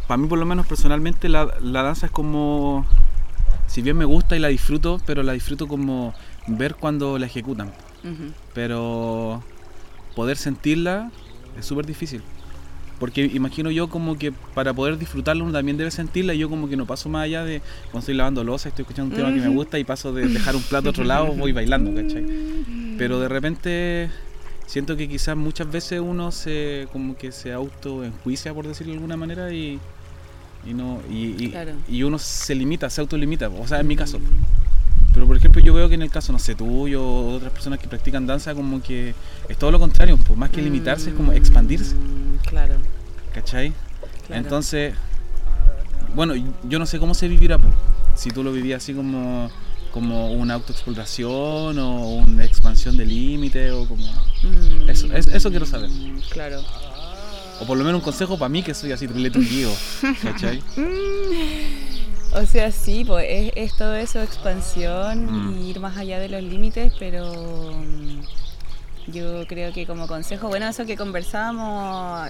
para mí por lo menos personalmente la danza es como, si bien me gusta y la disfruto, pero la disfruto como ver cuando la ejecutan. Uh-huh. Pero poder sentirla es súper difícil. Porque imagino yo como que para poder disfrutarla uno también debe sentirla, y yo como que no paso más allá de cuando estoy lavando loza, estoy escuchando un tema que me gusta y paso de dejar un plato a otro lado, voy bailando, ¿cachai? Pero de repente siento que quizás muchas veces uno se como que se autoenjuicia, por decirlo de alguna manera, y Claro. uno se limita, se autolimita, o sea, en mi caso. Pero por ejemplo yo veo que en el caso, no sé, tuyo o otras personas que practican danza, como que es todo lo contrario, pues más que limitarse es como expandirse. Claro. ¿Cachai? Claro. Entonces, bueno, yo no sé cómo se vivirá, pues, si tú lo vivías así como una autoexploración o una expansión de límite o como... Eso quiero saber. Claro. O por lo menos un consejo para mí, que soy así trileto guío, ¿cachai? O sea, sí, pues es todo eso, expansión y ir más allá de los límites, pero yo creo que como consejo, bueno, eso que conversábamos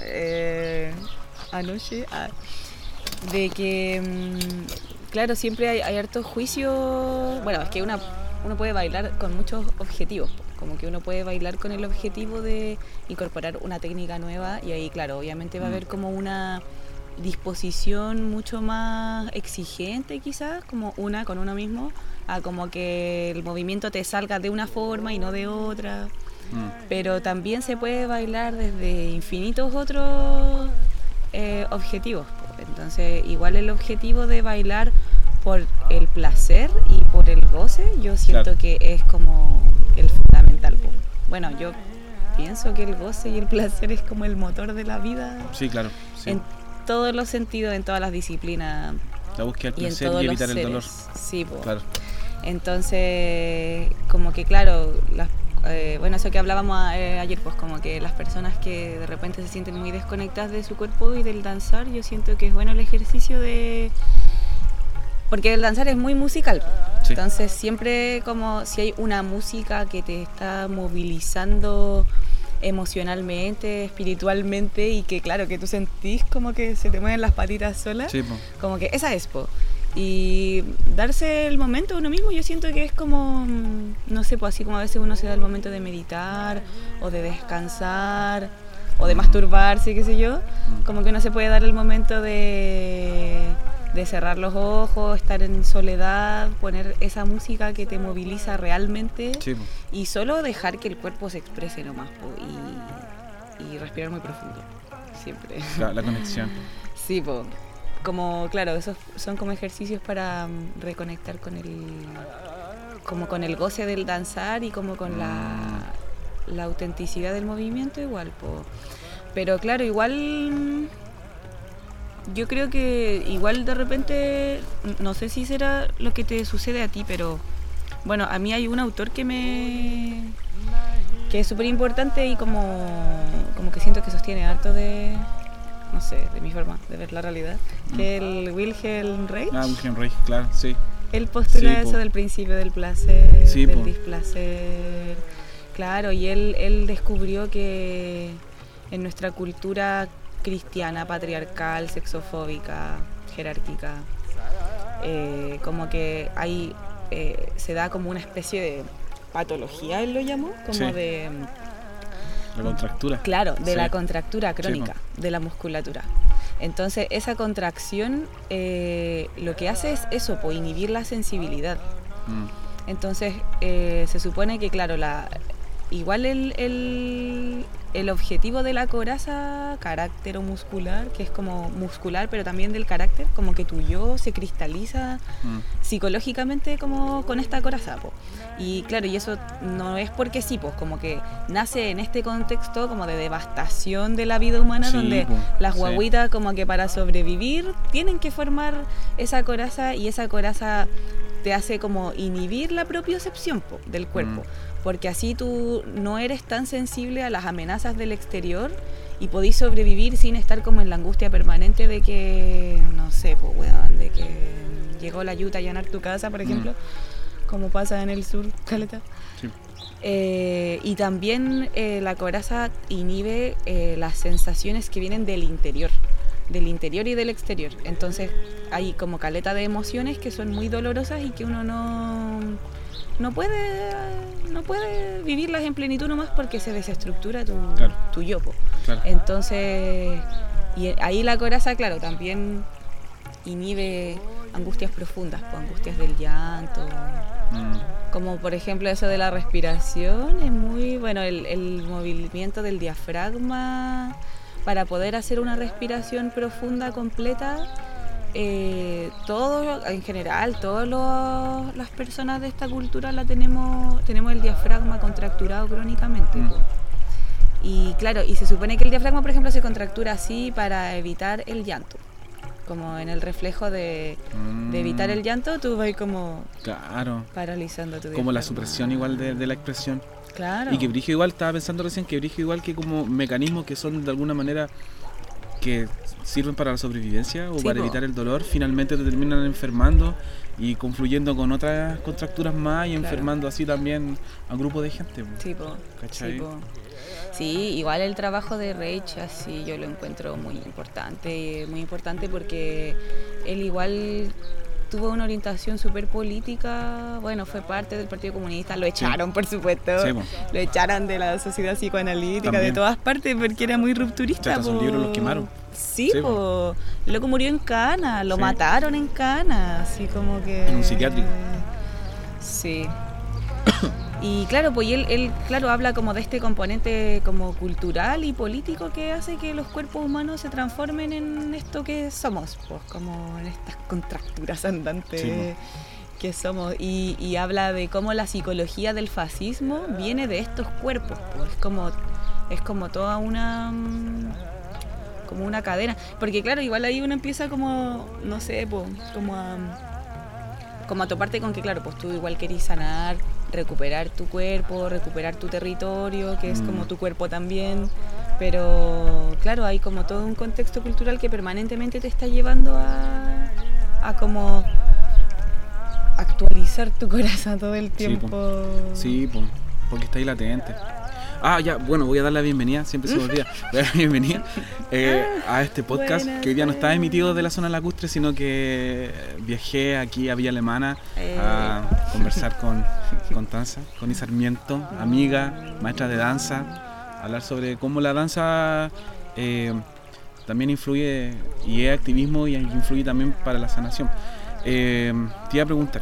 anoche, de que, claro, siempre hay harto juicio. Bueno, es que uno puede bailar con muchos objetivos, como que uno puede bailar con el objetivo de incorporar una técnica nueva, y ahí, claro, obviamente va a haber como una disposición mucho más exigente quizás, como una con uno mismo, a como que el movimiento te salga de una forma y no de otra. Pero también se puede bailar desde infinitos otros objetivos. Entonces, igual el objetivo de bailar por el placer y por el goce, yo siento que es como el fundamental. Bueno, yo pienso que el goce y el placer es como el motor de la vida. Sí, claro. Sí. En todos los sentidos, en todas las disciplinas. La búsqueda del placer y evitar el dolor. Sí, claro. Entonces, como que claro, bueno, eso que hablábamos ayer, pues como que las personas que de repente se sienten muy desconectadas de su cuerpo y del danzar, yo siento que es bueno el ejercicio de... Porque el danzar es muy musical, sí. Entonces siempre como si hay una música que te está movilizando emocionalmente, espiritualmente, y que claro, que tú sentís como que se te mueven las patitas solas, sí, como que esa es, y darse el momento a uno mismo, yo siento que es como, no sé, pues así como a veces uno se da el momento de meditar o de descansar o de masturbarse, qué sé yo, como que uno se puede dar el momento de cerrar los ojos, estar en soledad, poner esa música que te moviliza realmente, sí, y solo dejar que el cuerpo se exprese nomás, y respirar muy profundo, siempre. La conexión. Sí, como, claro, esos son como ejercicios para reconectar con el goce del danzar y como con la autenticidad del movimiento igual, pero claro, igual yo creo que igual de repente, no sé si será lo que te sucede a ti, pero bueno, a mí hay un autor que es súper importante y como que siento que sostiene harto de, no sé, de mi forma de ver la realidad, que es el Wilhelm Reich. Wilhelm Reich, claro, sí. Él postula eso del principio del placer, sí, del displacer. Claro, y él descubrió que en nuestra cultura cristiana, patriarcal, sexofóbica, jerárquica, como que hay se da como una especie de patología, él lo llamó, como de... La contractura. Claro, de la contractura crónica de la musculatura. Entonces, esa contracción lo que hace es eso, inhibir la sensibilidad. Entonces, se supone que, claro, igual el objetivo de la coraza, carácter o muscular, que es como muscular, pero también del carácter, como que tu yo se cristaliza psicológicamente como con esta coraza, Y claro, y eso no es porque sí, como que nace en este contexto como de devastación de la vida humana, donde las guaguitas como que para sobrevivir tienen que formar esa coraza, y esa coraza te hace como inhibir la propiocepción del cuerpo, porque así tú no eres tan sensible a las amenazas del exterior y podís sobrevivir sin estar como en la angustia permanente de que, no sé, de que llegó la yuta a allanar tu casa, por ejemplo, como pasa en el sur, Caleta. Sí. Y también la coraza inhibe las sensaciones que vienen del interior. del interior y del exterior. Entonces hay como caleta de emociones que son muy dolorosas y que uno no puede vivirlas en plenitud nomás porque se desestructura tu yo. Claro. Entonces, y ahí la coraza, claro, también inhibe angustias profundas, angustias del llanto. Como por ejemplo eso de la respiración, es muy bueno el movimiento del diafragma para poder hacer una respiración profunda, completa. Todos, en general, todas las personas de esta cultura tenemos el diafragma contracturado crónicamente. Y claro, y se supone que el diafragma, por ejemplo, se contractura así para evitar el llanto. Como en el reflejo de evitar el llanto, tú vas como paralizando tu diafragma. Como la supresión igual de la expresión. Claro. Y que brígido igual, estaba pensando recién, que brígido igual que como mecanismos que son de alguna manera que sirven para la sobrevivencia o para evitar el dolor, finalmente te terminan enfermando y confluyendo con otras contracturas más y enfermando así también a un grupo de gente. ¿Cachai? Sí, igual el trabajo de Reich, así yo lo encuentro muy importante porque él igual tuvo una orientación súper política, bueno, fue parte del Partido Comunista, lo echaron por supuesto, lo echaron de la Sociedad Psicoanalítica, también. De todas partes porque era muy rupturista. Hasta sus libros los quemaron. Sí, loco murió en Cana, lo mataron en Cana, así como que... En un psiquiátrico. Sí. Y claro, pues él claro, habla como de este componente como cultural y político que hace que los cuerpos humanos se transformen en esto que somos, pues como en estas contracturas andantes que somos. Y habla de cómo la psicología del fascismo viene de estos cuerpos, pues es como toda una cadena. Porque claro, igual ahí uno empieza como, no sé, pues, como a toparte con que claro, pues tú igual querís sanar, recuperar tu cuerpo, recuperar tu territorio, que es como tu cuerpo también, pero claro, hay como todo un contexto cultural que permanentemente te está llevando a como actualizar tu corazón todo el tiempo. Sí, porque está ahí latente. Ya, bueno, voy a dar la bienvenida, siempre se me olvida, voy a dar la bienvenida a este podcast que hoy día no está emitido de la zona lacustre, sino que viajé aquí a Villa Alemana a conversar con Tanza, con Sarmiento, amiga, maestra de danza, hablar sobre cómo la danza también influye y es activismo y influye también para la sanación. Te iba a preguntar,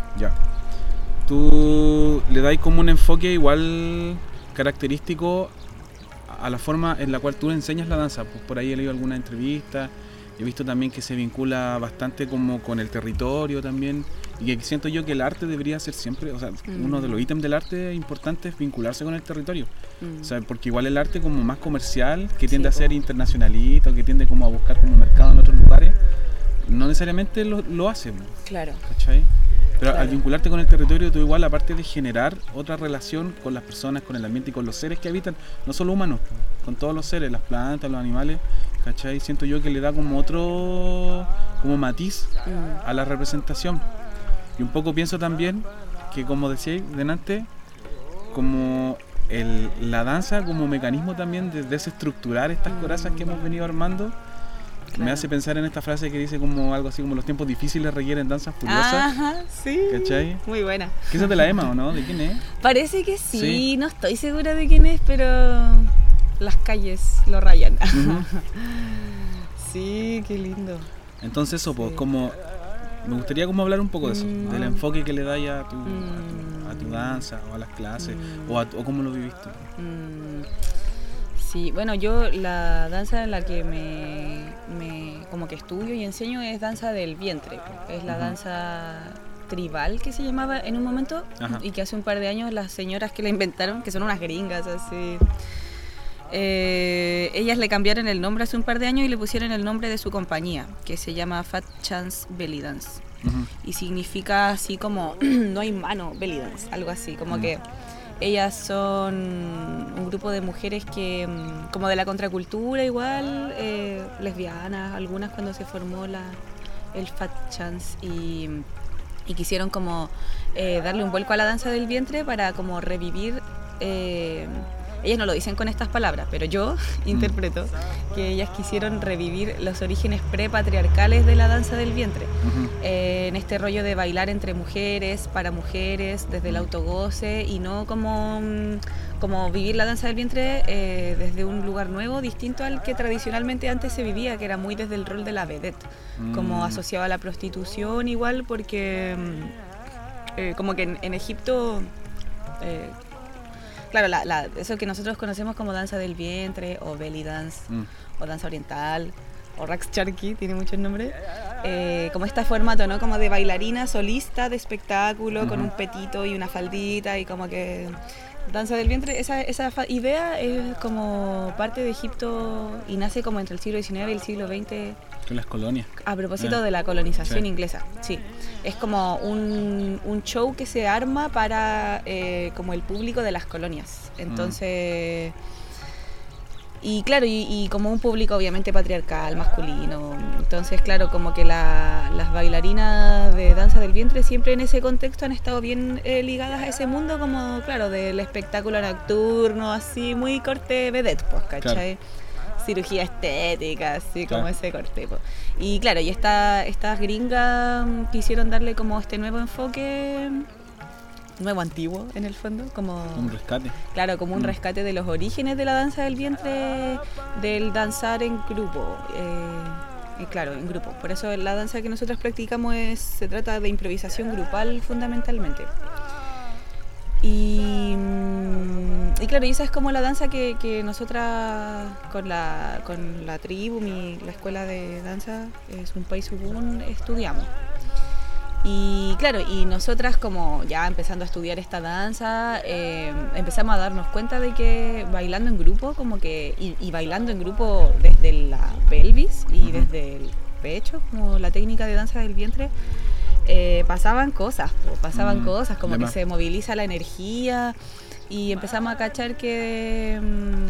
¿tú le das como un enfoque igual característico a la forma en la cual tú le enseñas la danza? Pues por ahí he leído alguna entrevista, he visto también que se vincula bastante como con el territorio también, y que siento yo que el arte debería ser siempre, o sea, uno de los ítems del arte importante es vincularse con el territorio, o sea, porque igual el arte como más comercial, que tiende a ser internacionalista, que tiende como a buscar como mercado en otros lugares, no necesariamente lo hace. Claro. ¿Cachai? Pero al vincularte con el territorio, tú igual, aparte de generar otra relación con las personas, con el ambiente y con los seres que habitan, no solo humanos, con todos los seres, las plantas, los animales, ¿cachai? Siento yo que le da como otro como matiz a la representación. Y un poco pienso también que, como decíais delante, como la danza como mecanismo también de desestructurar estas corazas que hemos venido armando. Claro. Me hace pensar en esta frase que dice como algo así como los tiempos difíciles requieren danzas furiosas. Ajá, sí. ¿Cachai? Muy buena. ¿Qué es de la Emma o no? ¿De quién es? Parece que sí, no estoy segura de quién es, pero las calles lo rayan. Sí, qué lindo. Entonces eso, pues como me gustaría como hablar un poco de eso, del enfoque que le dais a tu danza o a las clases o cómo lo viviste. Sí, bueno, yo la danza en la que me como que estudio y enseño es danza del vientre, es la danza tribal que se llamaba en un momento y que hace un par de años las señoras que la inventaron, que son unas gringas así, ellas le cambiaron el nombre hace un par de años y le pusieron el nombre de su compañía, que se llama Fat Chance Belly Dance, y significa así como no hay mano, belly dance, algo así, como que ellas son un grupo de mujeres que, como de la contracultura igual, lesbianas, algunas cuando se formó el Fat Chance y quisieron como darle un vuelco a la danza del vientre para como revivir ellas no lo dicen con estas palabras, pero yo interpreto que ellas quisieron revivir los orígenes prepatriarcales de la danza del vientre, en este rollo de bailar entre mujeres, para mujeres, desde el autogoce, y no como vivir la danza del vientre desde un lugar nuevo, distinto al que tradicionalmente antes se vivía, que era muy desde el rol de la vedette, como asociado a la prostitución igual, porque como que en Egipto, claro, eso que nosotros conocemos como danza del vientre, o belly dance, o danza oriental, o Raqs Charqui, tiene muchos nombres, como este formato, ¿no? Como de bailarina solista de espectáculo, con un petito y una faldita, y como que danza del vientre, esa idea es como parte de Egipto y nace como entre el siglo XIX y el siglo XX. Con las colonias. A propósito de la colonización inglesa, sí. Es como un show que se arma para como el público de las colonias. Entonces... Y claro, y como un público obviamente patriarcal, masculino. Entonces, claro, como que las bailarinas de danza del vientre siempre en ese contexto han estado bien ligadas a ese mundo, como, claro, del espectáculo nocturno, así, muy corte vedette, pues, ¿cachai? Claro. Cirugía estética, así, claro, como ese corte, pues. Y claro, y estas gringas quisieron darle como este nuevo enfoque... nuevo antiguo en el fondo, como un rescate. Claro, como un rescate de los orígenes de la danza del vientre, del danzar en grupo, claro, en grupo. Por eso la danza que nosotros practicamos se trata de improvisación grupal fundamentalmente. Y claro, y esa es como la danza que nosotras con la tribu, la escuela de danza, es un país ubún, estudiamos. Y claro, y nosotras como ya empezando a estudiar esta danza, empezamos a darnos cuenta de que bailando en grupo, como que y bailando en grupo desde la pelvis y desde el pecho, como la técnica de danza del vientre, pasaban cosas, como que se moviliza la energía, y empezamos a cachar que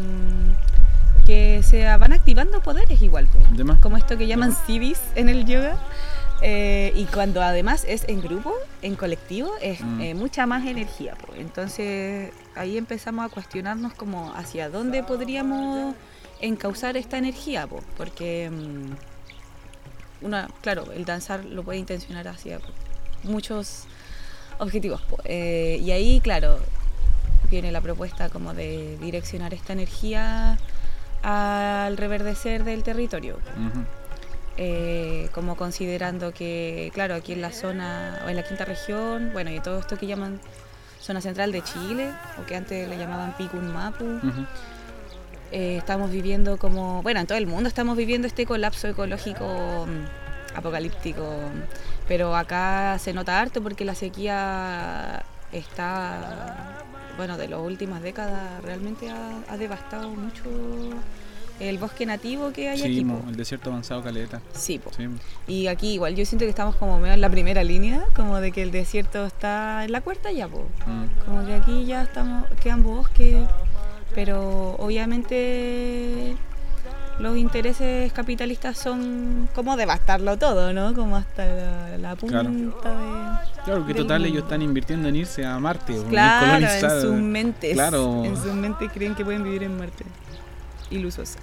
se van activando poderes igual, como esto que llaman siddhis en el yoga. Y cuando además es en grupo, en colectivo, es mucha más energía, pues. Entonces ahí empezamos a cuestionarnos como hacia dónde podríamos encauzar esta energía, pues, porque claro, el danzar lo puede intencionar hacia muchos objetivos, pues. Y ahí, claro, viene la propuesta como de direccionar esta energía al reverdecer del territorio. Como considerando que, claro, aquí en la zona, o en la quinta región, bueno, y todo esto que llaman zona central de Chile, o que antes le llamaban Picún Mapu, estamos viviendo como, bueno, en todo el mundo estamos viviendo este colapso ecológico apocalíptico, pero acá se nota harto porque la sequía está, bueno, de las últimas décadas realmente ha devastado mucho el bosque nativo que hay aquí. Sí, el desierto avanzado caleta. Sí, sí, y aquí igual yo siento que estamos como medio en la primera línea, como de que el desierto está en la cuarta ya, como que aquí ya quedan bosques, pero obviamente los intereses capitalistas son como devastarlo todo, ¿no? Como hasta la punta Claro, que total ellos están invirtiendo en irse a Marte. Claro, en sus mentes. Claro. En sus mentes creen que pueden vivir en Marte. Ilusos.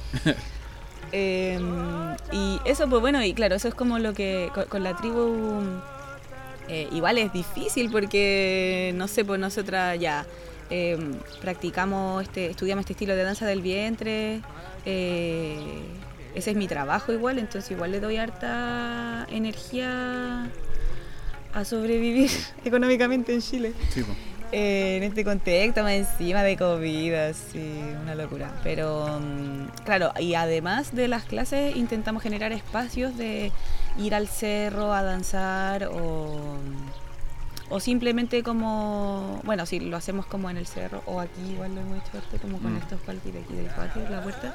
Y eso, pues bueno, y claro, eso es como lo que con la tribu igual es difícil porque, no sé, pues nosotras ya estudiamos este estilo de danza del vientre, ese es mi trabajo igual, entonces igual le doy harta energía a sobrevivir económicamente en Chile. Sí, pues. En este contexto más encima de COVID, así, una locura. Pero claro, y además de las clases intentamos generar espacios de ir al cerro a danzar o simplemente como, bueno, si lo hacemos como en el cerro o aquí igual lo hemos hecho harto como con estos palquis de aquí del patio, la puerta,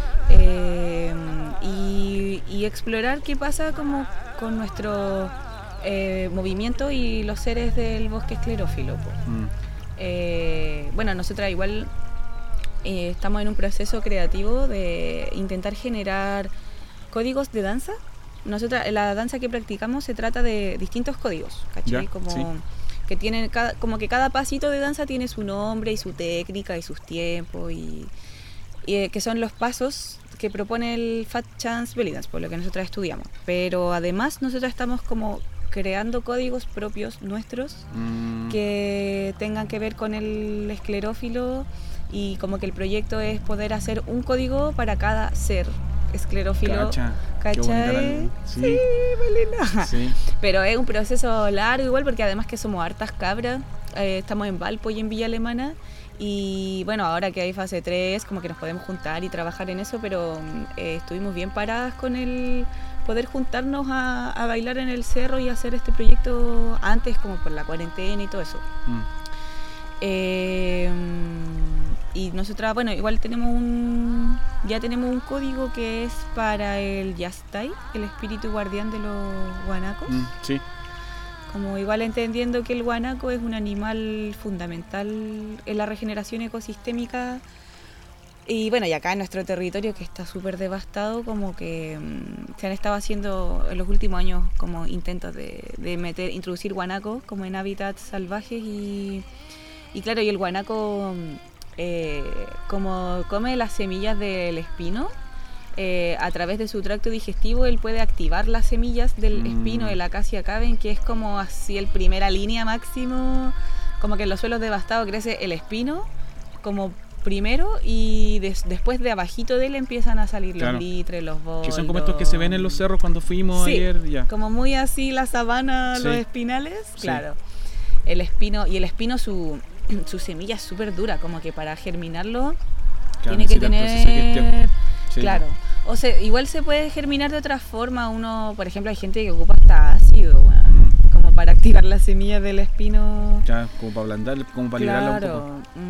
y explorar qué pasa como con nuestro movimiento y los seres del bosque esclerófilo. Bueno, nosotras igual estamos en un proceso creativo de intentar generar códigos de danza. Nosotras, la danza que practicamos se trata de distintos códigos, ¿cachai? Como que tienen como que cada pasito de danza tiene su nombre y su técnica y sus tiempos y que son los pasos que propone el Fat Chance Belly Dance, por lo que nosotros estudiamos. Pero además nosotros estamos como creando códigos propios nuestros que tengan que ver con el esclerófilo, y como que el proyecto es poder hacer un código para cada ser esclerófilo. ¿Cachai? Sí, Malena. Sí. Pero es un proceso largo igual, porque además que somos hartas cabras, estamos en Valpo y en Villa Alemana, y bueno, ahora que hay fase 3 como que nos podemos juntar y trabajar en eso, pero estuvimos bien paradas con el poder juntarnos a bailar en el cerro y hacer este proyecto antes, como por la cuarentena y todo eso. Y nosotras, bueno, igual ya tenemos un código que es para el Yastay, el espíritu guardián de los guanacos. Sí. Como igual entendiendo que el guanaco es un animal fundamental en la regeneración ecosistémica. Y bueno, y acá en nuestro territorio, que está súper devastado, como que se han estado haciendo en los últimos años como intentos de introducir guanacos como en hábitats salvajes, y claro, y el guanaco como come las semillas del espino, a través de su tracto digestivo él puede activar las semillas del espino, de la Acacia caven, que es como así el primera línea máximo, como que en los suelos devastados crece el espino como primero, y después de abajito de él empiezan a salir los litres, los boldos. Que son como estos que se ven en los cerros cuando fuimos ayer. Ya. Como muy así la sabana, los espinales, claro. El espino, y el espino su semilla es súper dura, como que para germinarlo tiene que tener... Claro. O sea, igual se puede germinar de otra forma. Uno, por ejemplo, hay gente que ocupa hasta ácido, como para activar las semillas del espino. Ya, como para ablandar, como para liberarla un poco.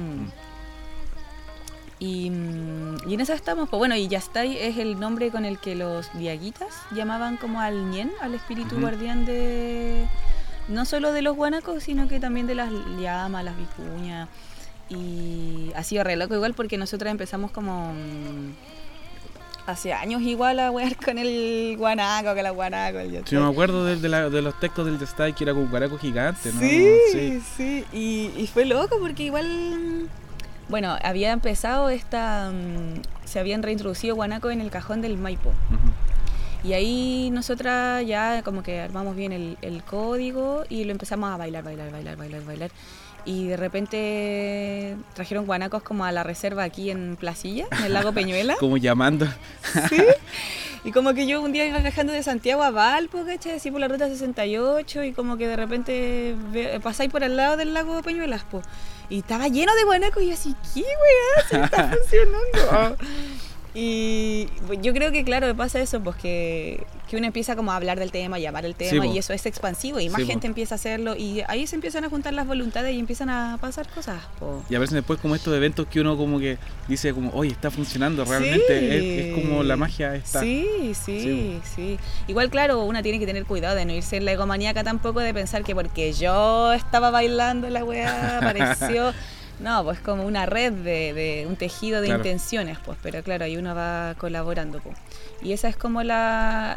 Y en eso estamos, pues bueno, y Yastay es el nombre con el que los diaguitas llamaban como al ñen, al espíritu guardián de... no solo de los guanacos, sino que también de las llamas, las vicuñas. Y ha sido re loco igual, porque nosotros empezamos como... hace años igual a wear con el guanaco, que la guanaco. Sí, me acuerdo de los textos del Yastay, que era como un guanaco gigante, ¿no? Sí. Y fue loco porque igual... Bueno, había empezado se habían reintroducido guanaco en el cajón del Maipo. Y ahí nosotras ya como que armamos bien el código y lo empezamos a bailar. Y de repente trajeron guanacos como a la reserva aquí en Placilla, en el lago Peñuela. Como llamando. Sí. Y como que yo un día iba viajando de Santiago a Valpo, ¿cachai? Así por la ruta 68, y como que de repente pasáis por al lado del lago Peñuelas, po. Y estaba lleno de guanacos, y yo así, ¿qué weá? Se está funcionando. Y yo creo que claro, pasa eso, pues que uno empieza como a hablar del tema, llamar el tema, y eso es expansivo, y más gente empieza a hacerlo, y ahí se empiezan a juntar las voluntades y empiezan a pasar cosas, po. Y a veces después como estos eventos que uno como que dice como, oye, está funcionando realmente, es como la magia está. Sí. Igual claro, uno tiene que tener cuidado de no irse en la egomaníaca tampoco, de pensar que porque yo estaba bailando la weá apareció. No, pues como una red de un tejido de intenciones, pues, pero claro, ahí uno va colaborando, pues. Y esa es como la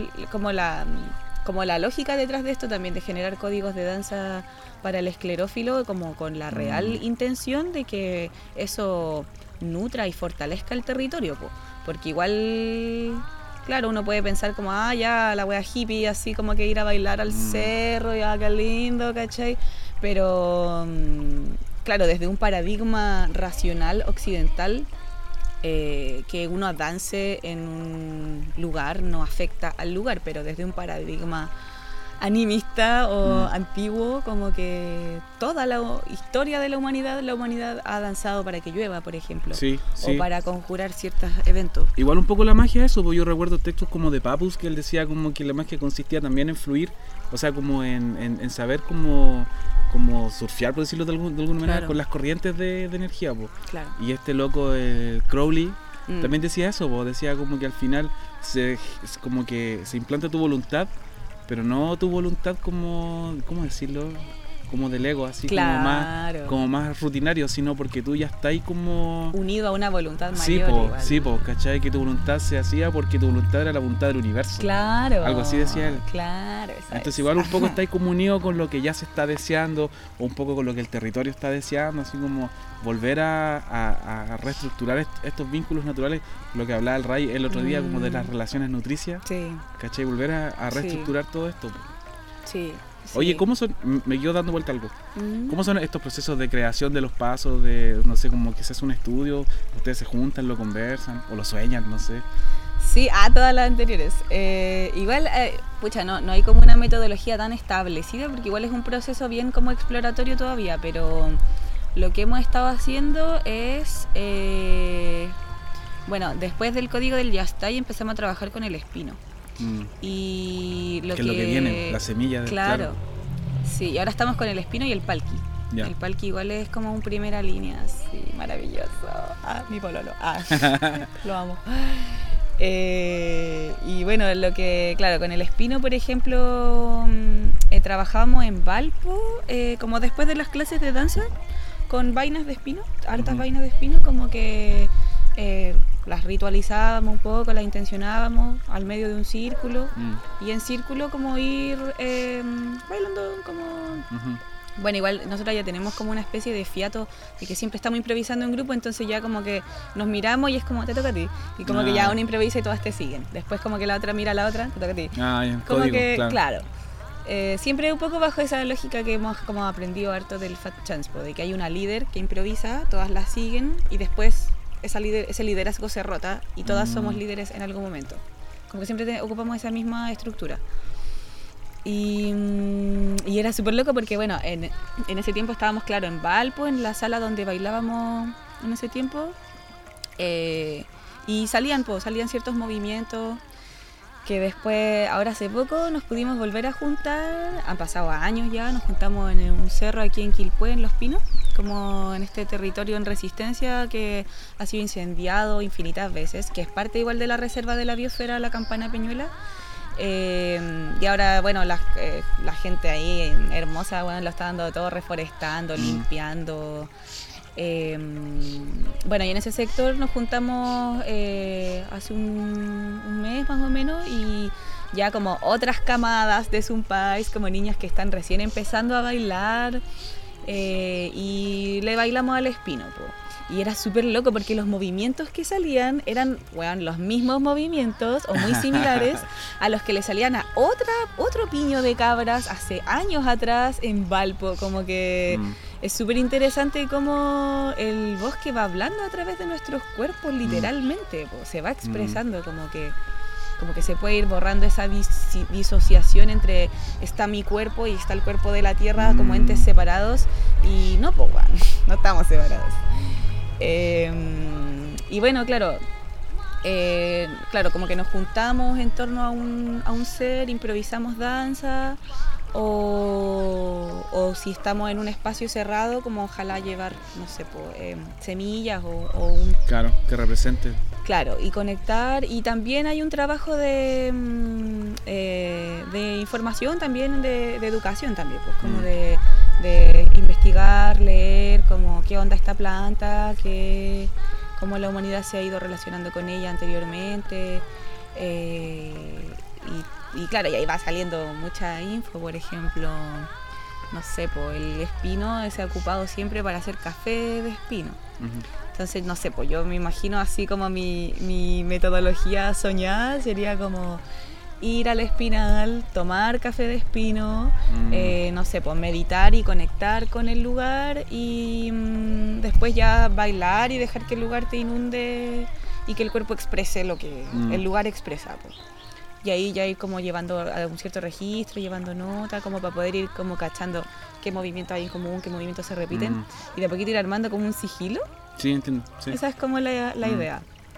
lógica detrás de esto también, de generar códigos de danza para el esclerófilo, como con la real intención de que eso nutra y fortalezca el territorio, pues. Porque igual, claro, uno puede pensar como, ya, la wea hippie, así como que ir a bailar al cerro, ya, qué lindo, ¿cachai? Pero... claro, desde un paradigma racional occidental, que uno dance en un lugar no afecta al lugar, pero desde un paradigma animista o antiguo, como que toda la historia de la humanidad ha danzado para que llueva, por ejemplo, o para conjurar ciertos eventos. Igual un poco la magia eso, porque yo recuerdo textos como de Papus, que él decía como que la magia consistía también en fluir, o sea, como en saber como surfear, por decirlo de alguna manera, con las corrientes de energía, po. Claro. Y este loco, Crowley, también decía eso, po. Decía como que al final como que se implanta tu voluntad, pero no tu voluntad como, ¿cómo decirlo? como del ego, así claro. como más rutinario, sino porque tú ya estás ahí como... unido a una voluntad mayor. Sí, ¿cachai? Que tu voluntad se hacía porque tu voluntad era la voluntad del universo. Claro. Algo así decía él. Claro, entonces igual un poco estáis como unido con lo que ya se está deseando, o un poco con lo que el territorio está deseando, así como volver a reestructurar estos vínculos naturales, lo que hablaba el Ray el otro día, como de las relaciones nutricias. Sí. ¿Cachai? Volver a reestructurar todo esto. Sí. Oye, ¿cómo son? Me quedo dando vuelta algo. ¿Cómo son estos procesos de creación de los pasos? De, no sé, como que se hace un estudio, ustedes se juntan, lo conversan, o lo sueñan, no sé. Sí, todas las anteriores. Igual, pucha, no hay como una metodología tan establecida, porque igual es un proceso bien como exploratorio todavía, pero lo que hemos estado haciendo es, bueno, después del código del Yastay empezamos a trabajar con el espino. Y lo que es lo que viene, la semilla. Claro. Sí, y ahora estamos con el espino y el palqui. Ya. El palqui igual es como un primera línea, así, maravilloso. Mi pololo. Lo amo. Y bueno, lo que, claro, con el espino, por ejemplo, trabajábamos en Valpo, como después de las clases de danza, con vainas de espino, hartas vainas de espino, como que las ritualizábamos un poco, las intencionábamos al medio de un círculo, y en círculo como ir bailando como... Bueno, igual nosotros ya tenemos como una especie de fiato de que siempre estamos improvisando en grupo, entonces ya como que nos miramos y es como te toca a ti, y como que ya uno improvisa y todas te siguen, después como que la otra mira a la otra, te toca a ti, como código, que claro. Siempre un poco bajo esa lógica que hemos como aprendido harto del Fat Chanspo, de que hay una líder que improvisa, todas la siguen y después ese liderazgo se rota y todas somos líderes en algún momento, como que siempre ocupamos esa misma estructura. Y era súper loco porque, bueno, en ese tiempo estábamos, claro, en Valpo, en la sala donde bailábamos en ese tiempo, y salían ciertos movimientos que después, ahora hace poco, nos pudimos volver a juntar. Han pasado años ya, nos juntamos en un cerro aquí en Quilpué, en Los Pinos, como en este territorio en resistencia que ha sido incendiado infinitas veces, que es parte igual de la reserva de la biosfera, la Campana Peñuela. Y ahora, bueno, la gente ahí hermosa, bueno, lo está dando todo, reforestando, limpiando. Bueno, y en ese sector nos juntamos hace un mes más o menos, y ya como otras camadas de Zumpais, como niñas que están recién empezando a bailar, y le bailamos al espino, po. Y era súper loco porque los movimientos que salían eran, bueno, los mismos movimientos o muy similares a los que le salían a otro piño de cabras hace años atrás en Valpo. Como que es súper interesante cómo el bosque va hablando a través de nuestros cuerpos, literalmente. Se va expresando, como que se puede ir borrando esa disociación entre está mi cuerpo y está el cuerpo de la tierra como entes separados. Y no, pues bueno, no estamos separados. Y bueno, claro, como que nos juntamos en torno a un ser, improvisamos danza, o si estamos en un espacio cerrado, como ojalá llevar, no sé, semillas o un... Claro, que represente. Claro, y conectar, y también hay un trabajo de información, también de educación también, pues como de investigar, leer, como qué onda esta planta, cómo la humanidad se ha ido relacionando con ella anteriormente, y claro, y ahí va saliendo mucha info, por ejemplo, no sé, el espino se ha ocupado siempre para hacer café de espino. Entonces, no sé, yo me imagino así como mi metodología soñada sería como ir al espinal, tomar café de espino, no sé, meditar y conectar con el lugar, y después ya bailar y dejar que el lugar te inunde y que el cuerpo exprese lo que el lugar expresa, pues. Y ahí ya ir como llevando a un cierto registro, llevando nota, como para poder ir como cachando qué movimientos hay en común, qué movimientos se repiten, y de a poquito ir armando como un sigilo. Sí, entiendo. Sí. Esa es como la idea.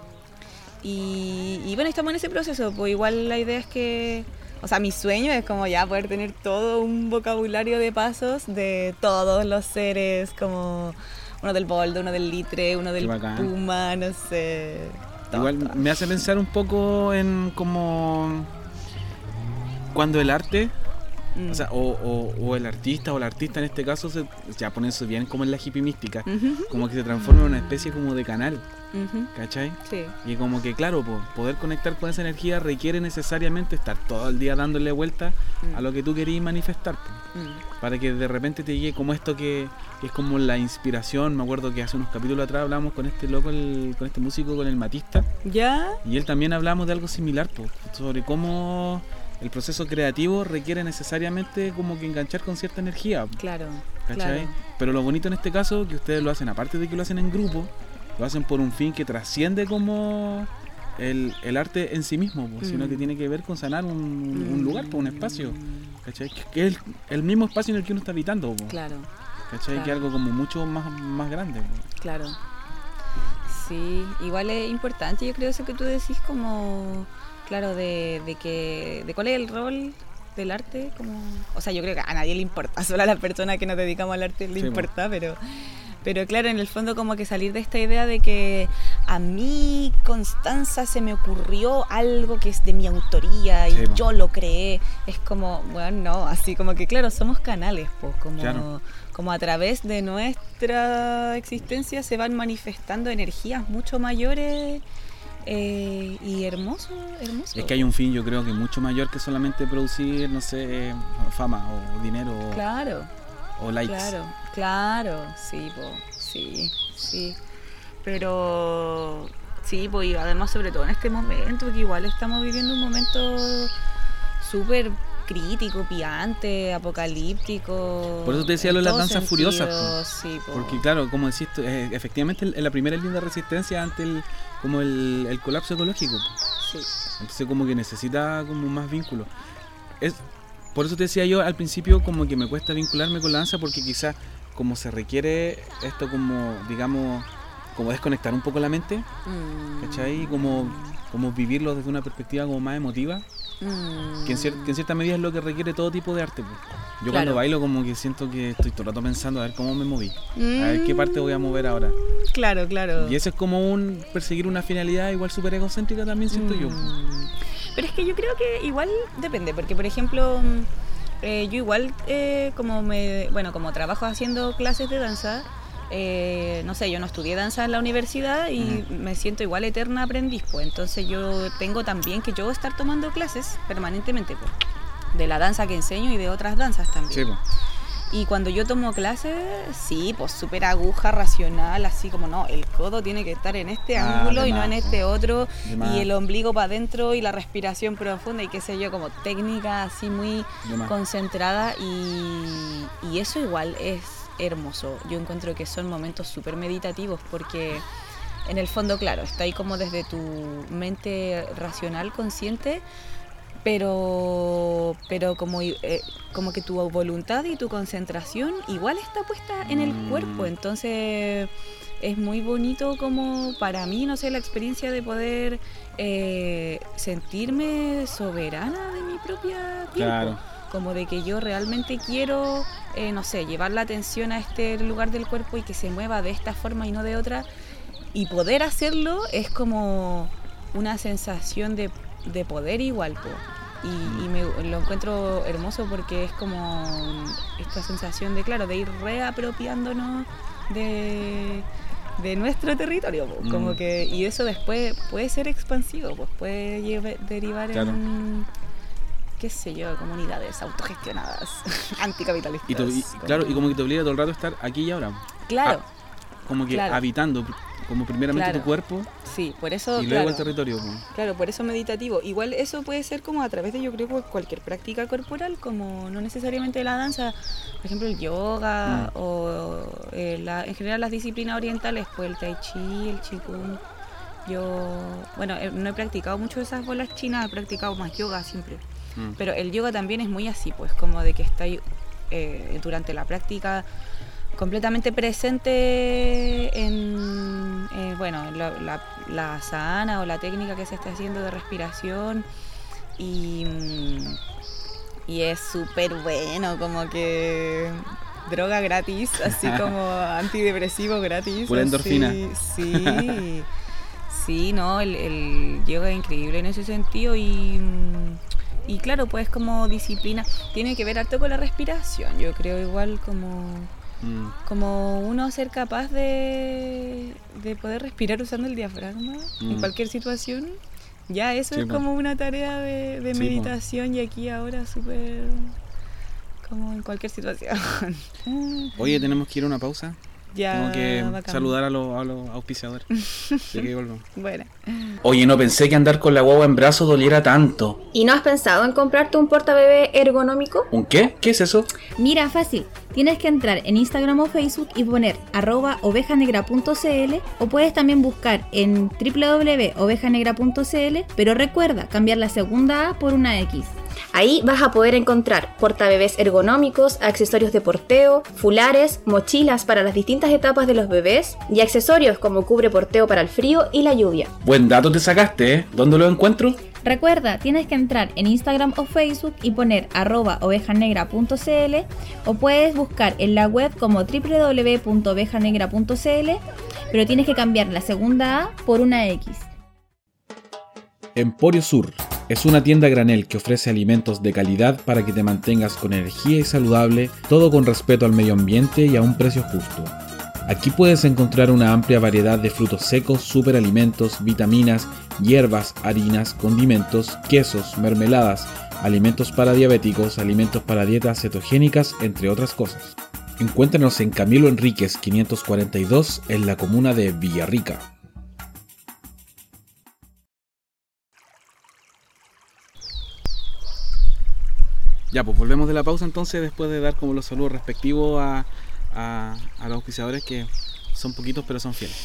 Y bueno, estamos en ese proceso, pues igual la idea es que, o sea, mi sueño es como ya poder tener todo un vocabulario de pasos de todos los seres, como uno del boldo, uno del litre, uno del puma, no sé. Igual me hace pensar un poco en como cuando el arte O sea, o el artista o la artista en este caso, ya ponerse bien como en la hippie mística, como que se transforma en una especie como de canal, ¿cachai? Sí. Y como que claro, poder conectar con esa energía requiere necesariamente estar todo el día dándole vuelta a lo que tú querías manifestar, para que de repente te llegue como esto que es como la inspiración. Me acuerdo que hace unos capítulos atrás hablamos con este loco, con este músico, con el Matista, ¿Ya? y él también hablamos de algo similar, sobre cómo el proceso creativo requiere necesariamente como que enganchar con cierta energía. Claro, ¿cachai? claro. Pero lo bonito en este caso es que ustedes lo hacen, aparte de que lo hacen en grupo, lo hacen por un fin que trasciende como el arte en sí mismo, sino que tiene que ver con sanar un lugar, un espacio, ¿cachai? Que es el mismo espacio en el que uno está habitando, Claro. ¿cachai? Claro. Que es algo como mucho más grande. Claro. Sí, igual es importante, yo creo, eso que tú decís, como, claro, de cuál es el rol del arte, como, o sea, yo creo que a nadie le importa, solo a las personas que nos dedicamos al arte le importa, pero claro, en el fondo como que salir de esta idea de que a mí, Constanza, se me ocurrió algo que es de mi autoría y yo lo creé, es como, bueno, no, así como que claro, somos canales, pues, como a través de nuestra existencia se van manifestando energías mucho mayores y hermoso. Es que hay un fin, yo creo que mucho mayor que solamente producir, no sé, fama o dinero. Claro. O likes. Claro, sí, sí. Pero sí, pues, y además sobre todo en este momento, que igual estamos viviendo un momento súper crítico, piante, apocalíptico. Por eso te decía lo de las danzas furiosas. Sí, porque claro, como decís tú, efectivamente es la primera línea de resistencia ante el colapso ecológico. Sí. Entonces como que necesita como más vínculo. Por eso te decía yo al principio como que me cuesta vincularme con la danza, porque quizás como se requiere esto como, digamos, como desconectar un poco la mente, ¿cachai? Como vivirlo desde una perspectiva como más emotiva, que en cierta medida es lo que requiere todo tipo de arte. Pues. Yo cuando bailo como que siento que estoy todo el rato pensando a ver cómo me moví, a ver qué parte voy a mover ahora. Claro. Y eso es como perseguir una finalidad igual súper egocéntrica también, siento yo. Pero es que yo creo que igual depende, porque por ejemplo, yo igual como trabajo haciendo clases de danza, no sé, yo no estudié danza en la universidad y me siento igual eterna aprendiz, pues entonces yo tengo también que yo estar tomando clases permanentemente, pues, de la danza que enseño y de otras danzas también. Sí, pues. Y cuando yo tomo clases, sí, pues súper aguja, racional, así como no, el codo tiene que estar en este ángulo y no en este otro, y el ombligo para adentro y la respiración profunda y qué sé yo, como técnica así muy concentrada, y eso igual es hermoso. Yo encuentro que son momentos súper meditativos porque en el fondo, claro, está ahí como desde tu mente racional, consciente, pero como que tu voluntad y tu concentración igual está puesta en el cuerpo, entonces es muy bonito como para mí, no sé, la experiencia de poder sentirme soberana de mi propia tiempo. Claro. Como de que yo realmente quiero, no sé, llevar la atención a este lugar del cuerpo y que se mueva de esta forma y no de otra, y poder hacerlo es como una sensación de poder igual, po. Y lo encuentro hermoso porque es como esta sensación de, claro, de ir reapropiándonos de nuestro territorio, po. Como que, y eso después puede ser expansivo, pues puede derivar en, qué sé yo, comunidades autogestionadas, anticapitalistas. Claro, y como que te obliga todo el rato a estar aquí y ahora. Claro. Como que habitando, como primeramente tu cuerpo. Sí, por eso. Y luego el territorio. Claro, por eso meditativo. Igual eso puede ser como a través de, yo creo, cualquier práctica corporal, como no necesariamente la danza, por ejemplo el yoga o en general las disciplinas orientales, pues el tai chi, el qigong. Yo, bueno, no he practicado mucho esas bolas chinas, he practicado más yoga siempre. Pero el yoga también es muy así, pues como de que está durante la práctica completamente presente en la asana o la técnica que se está haciendo de respiración, y es súper bueno, como que droga gratis, así como antidepresivo gratis. Pura endorfina. Sí, no, el yoga es increíble en ese sentido, y Y claro, pues como disciplina, tiene que ver harto con la respiración, yo creo igual como uno ser capaz de poder respirar usando el diafragma en cualquier situación, ya eso es como una tarea de meditación y aquí ahora súper como en cualquier situación. Oye, tenemos que ir a una pausa. Ya, tengo que bacán. saludar a los auspiciadores. Así que volvemos. Bueno. Oye, no pensé que andar con la guagua en brazos doliera tanto. ¿Y no has pensado en comprarte un portabebé ergonómico? ¿Un qué? ¿Qué es eso? Mira, fácil. Tienes que entrar en Instagram o Facebook y poner @ovejanegra.cl o puedes también buscar en www.ovejanegra.cl, pero recuerda cambiar la segunda A por una X. Ahí vas a poder encontrar portabebés ergonómicos, accesorios de porteo, fulares, mochilas para las distintas etapas de los bebés y accesorios como cubre porteo para el frío y la lluvia. Buen dato te sacaste, ¿eh? ¿Dónde lo encuentro? Recuerda, tienes que entrar en Instagram o Facebook y poner @ovejanegra.cl o puedes buscar en la web como www.ovejanegra.cl, pero tienes que cambiar la segunda A por una X. Emporio Sur es una tienda a granel que ofrece alimentos de calidad para que te mantengas con energía y saludable, todo con respeto al medio ambiente y a un precio justo. Aquí puedes encontrar una amplia variedad de frutos secos, superalimentos, vitaminas, hierbas, harinas, condimentos, quesos, mermeladas, alimentos para diabéticos, alimentos para dietas cetogénicas, entre otras cosas. Encuéntranos en Camilo Enríquez 542 en la comuna de Villarrica. Ya, pues volvemos de la pausa entonces, después de dar como los saludos respectivos a los auspiciadores, que son poquitos pero son fieles.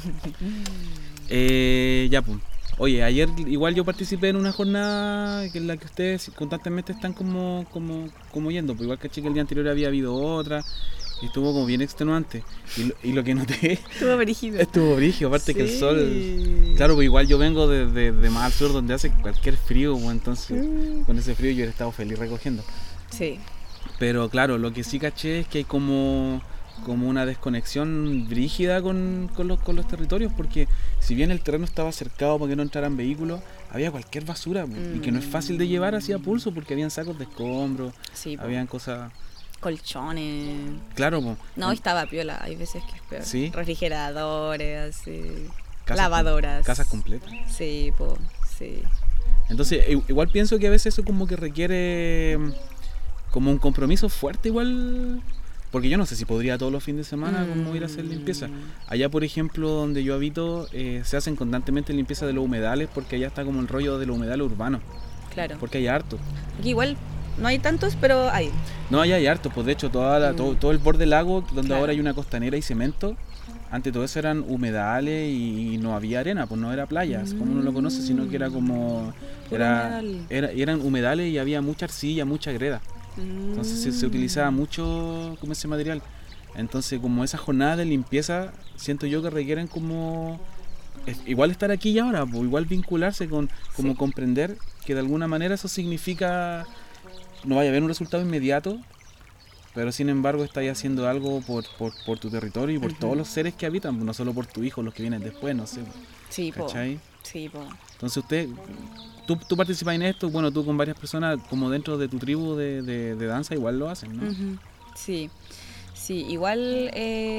Ya, pues. Oye, ayer igual yo participé en una jornada en la que ustedes constantemente están como yendo, pues igual que el día anterior había habido otra y estuvo como bien extenuante. Y lo que noté... Estuvo brígido. Estuvo brígido, aparte Sí. que el sol... Claro, pues igual yo vengo de más al sur donde hace cualquier frío, pues entonces con ese frío yo hubiera estado feliz recogiendo. Sí. Pero claro, lo que sí caché es que hay como una desconexión brígida con los territorios, porque si bien el terreno estaba cercado para que no entraran vehículos, había cualquier basura, y que no es fácil de llevar así a pulso, porque habían sacos de escombros, Sí, po. habían cosas... Colchones. Claro, po. No, estaba piola, hay veces que es peor. ¿Sí? Refrigeradores, así. Casas Lavadoras. Casas completas. Sí, po, sí. Entonces, igual pienso que a veces eso como que requiere como un compromiso fuerte igual, porque yo no sé si podría todos los fines de semana como ir a hacer limpieza. Allá, por ejemplo, donde yo habito, se hacen constantemente limpieza de los humedales, porque allá está como el rollo de los humedales urbanos, Claro. porque hay harto. Aquí igual no hay tantos, pero hay. No, allá hay harto, pues de hecho todo el borde del lago, donde Claro. ahora hay una costanera y cemento, antes todo eso eran humedales y no había arena, pues no era playas, como uno lo conoce, sino que era como... Puro humedal. Eran humedales y había mucha arcilla, mucha greda. Entonces se utilizaba mucho como ese material. Entonces, como esas jornadas de limpieza, siento yo que requieren como... igual estar aquí y ahora, pues, igual vincularse como Sí. comprender que de alguna manera eso significa... No vaya a haber un resultado inmediato, pero sin embargo estáis haciendo algo por tu territorio y por todos los seres que habitan, no solo por tu hijo, los que vienen después, no sé. Sí, po. ¿Cachai? Sí, po. Entonces tú participas en esto, bueno, tú con varias personas como dentro de tu tribu de danza igual lo hacen, ¿no? Ujú. Sí, sí, igual,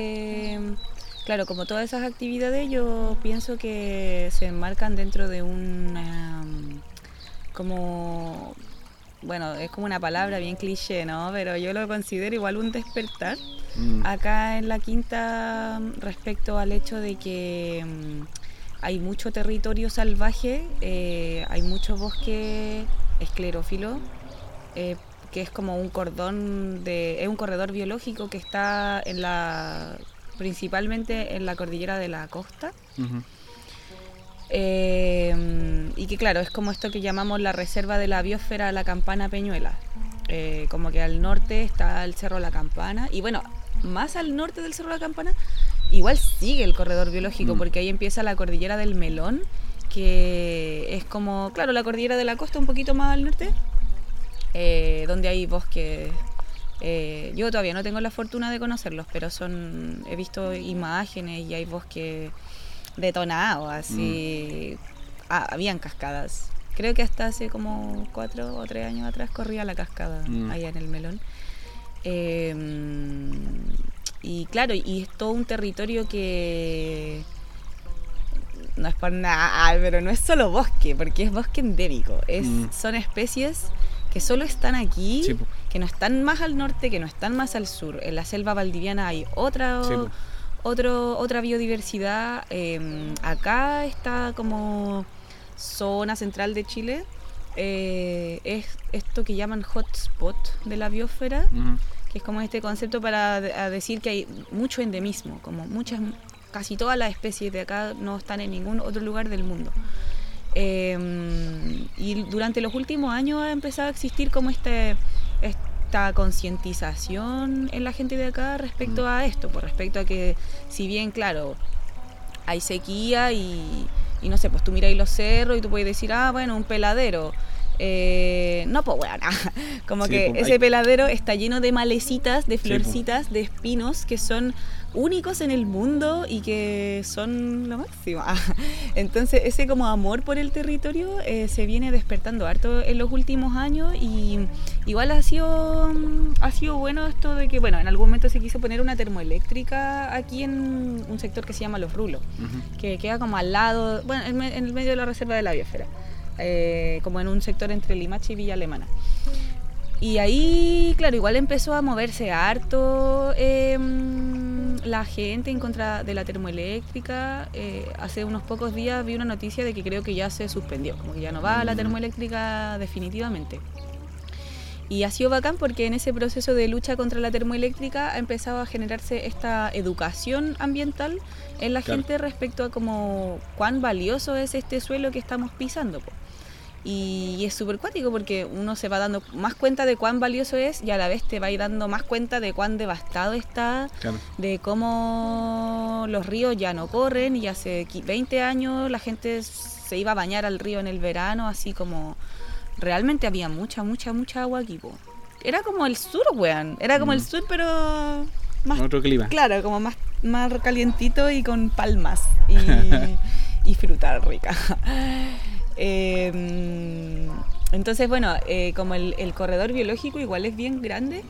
claro, como todas esas actividades yo pienso que se enmarcan dentro de como, bueno, es como una palabra bien cliché, ¿no? Pero yo lo considero igual un despertar acá en la quinta respecto al hecho de que hay mucho territorio salvaje, hay mucho bosque esclerófilo, que es como un cordón es un corredor biológico que está principalmente en la cordillera de la costa. Ujú. Y que claro, es como esto que llamamos la reserva de la biosfera La Campana Peñuela. Como que al norte está el Cerro La Campana, y bueno, más al norte del Cerro La Campana igual sigue el corredor biológico, porque ahí empieza la cordillera del Melón, que es como, claro, la cordillera de la costa un poquito más al norte, donde hay bosques. Yo todavía no tengo la fortuna de conocerlos, pero he visto imágenes y hay bosques detonados, así. Habían cascadas Creo que hasta hace como 4 o 3 años atrás corría la cascada allá en el Melón. Y claro, y es todo un territorio que no es por nada, pero no es solo bosque, porque es bosque endémico. Son especies que solo están aquí, sí, que no están más al norte, que no están más al sur. En la selva valdiviana hay otra biodiversidad. Acá está como zona central de Chile. Es esto que llaman hotspot de la biosfera, que es como este concepto para decir que hay mucho endemismo, como casi todas las especies de acá no están en ningún otro lugar del mundo. Y durante los últimos años ha empezado a existir como esta concientización en la gente de acá respecto a esto, respecto a que si bien, claro, hay sequía y no sé, pues tú miras los cerros y tú puedes decir, bueno, un peladero. No, pues bueno, como sí, que pues, ese peladero está lleno de malecitas, de florcitas, sí, de espinos que son únicos en el mundo y que son lo máximo. Entonces ese como amor por el territorio se viene despertando harto en los últimos años, y igual ha sido bueno esto de que, bueno, en algún momento se quiso poner una termoeléctrica aquí en un sector que se llama Los Rulos, que queda como al lado, bueno, en el medio de la reserva de la biosfera. Como en un sector entre Limache y Villa Alemana. Y ahí, claro, igual empezó a moverse harto la gente en contra de la termoeléctrica. Hace unos pocos días vi una noticia de que creo que ya se suspendió, como que ya no va a la termoeléctrica definitivamente. Y ha sido bacán porque en ese proceso de lucha contra la termoeléctrica ha empezado a generarse esta educación ambiental en la gente respecto a como cuán valioso es este suelo que estamos pisando, po. Y es súper cuático porque uno se va dando más cuenta de cuán valioso es, y a la vez te va a ir dando más cuenta de cuán devastado está, de cómo los ríos ya no corren, y hace 20 años la gente se iba a bañar al río en el verano, así como realmente había mucha agua aquí, po. Era como el sur, weón, era como el sur, pero más, otro clima. Claro, como más calientito y con palmas y fruta rica. Entonces, bueno, como el corredor biológico igual es bien grande,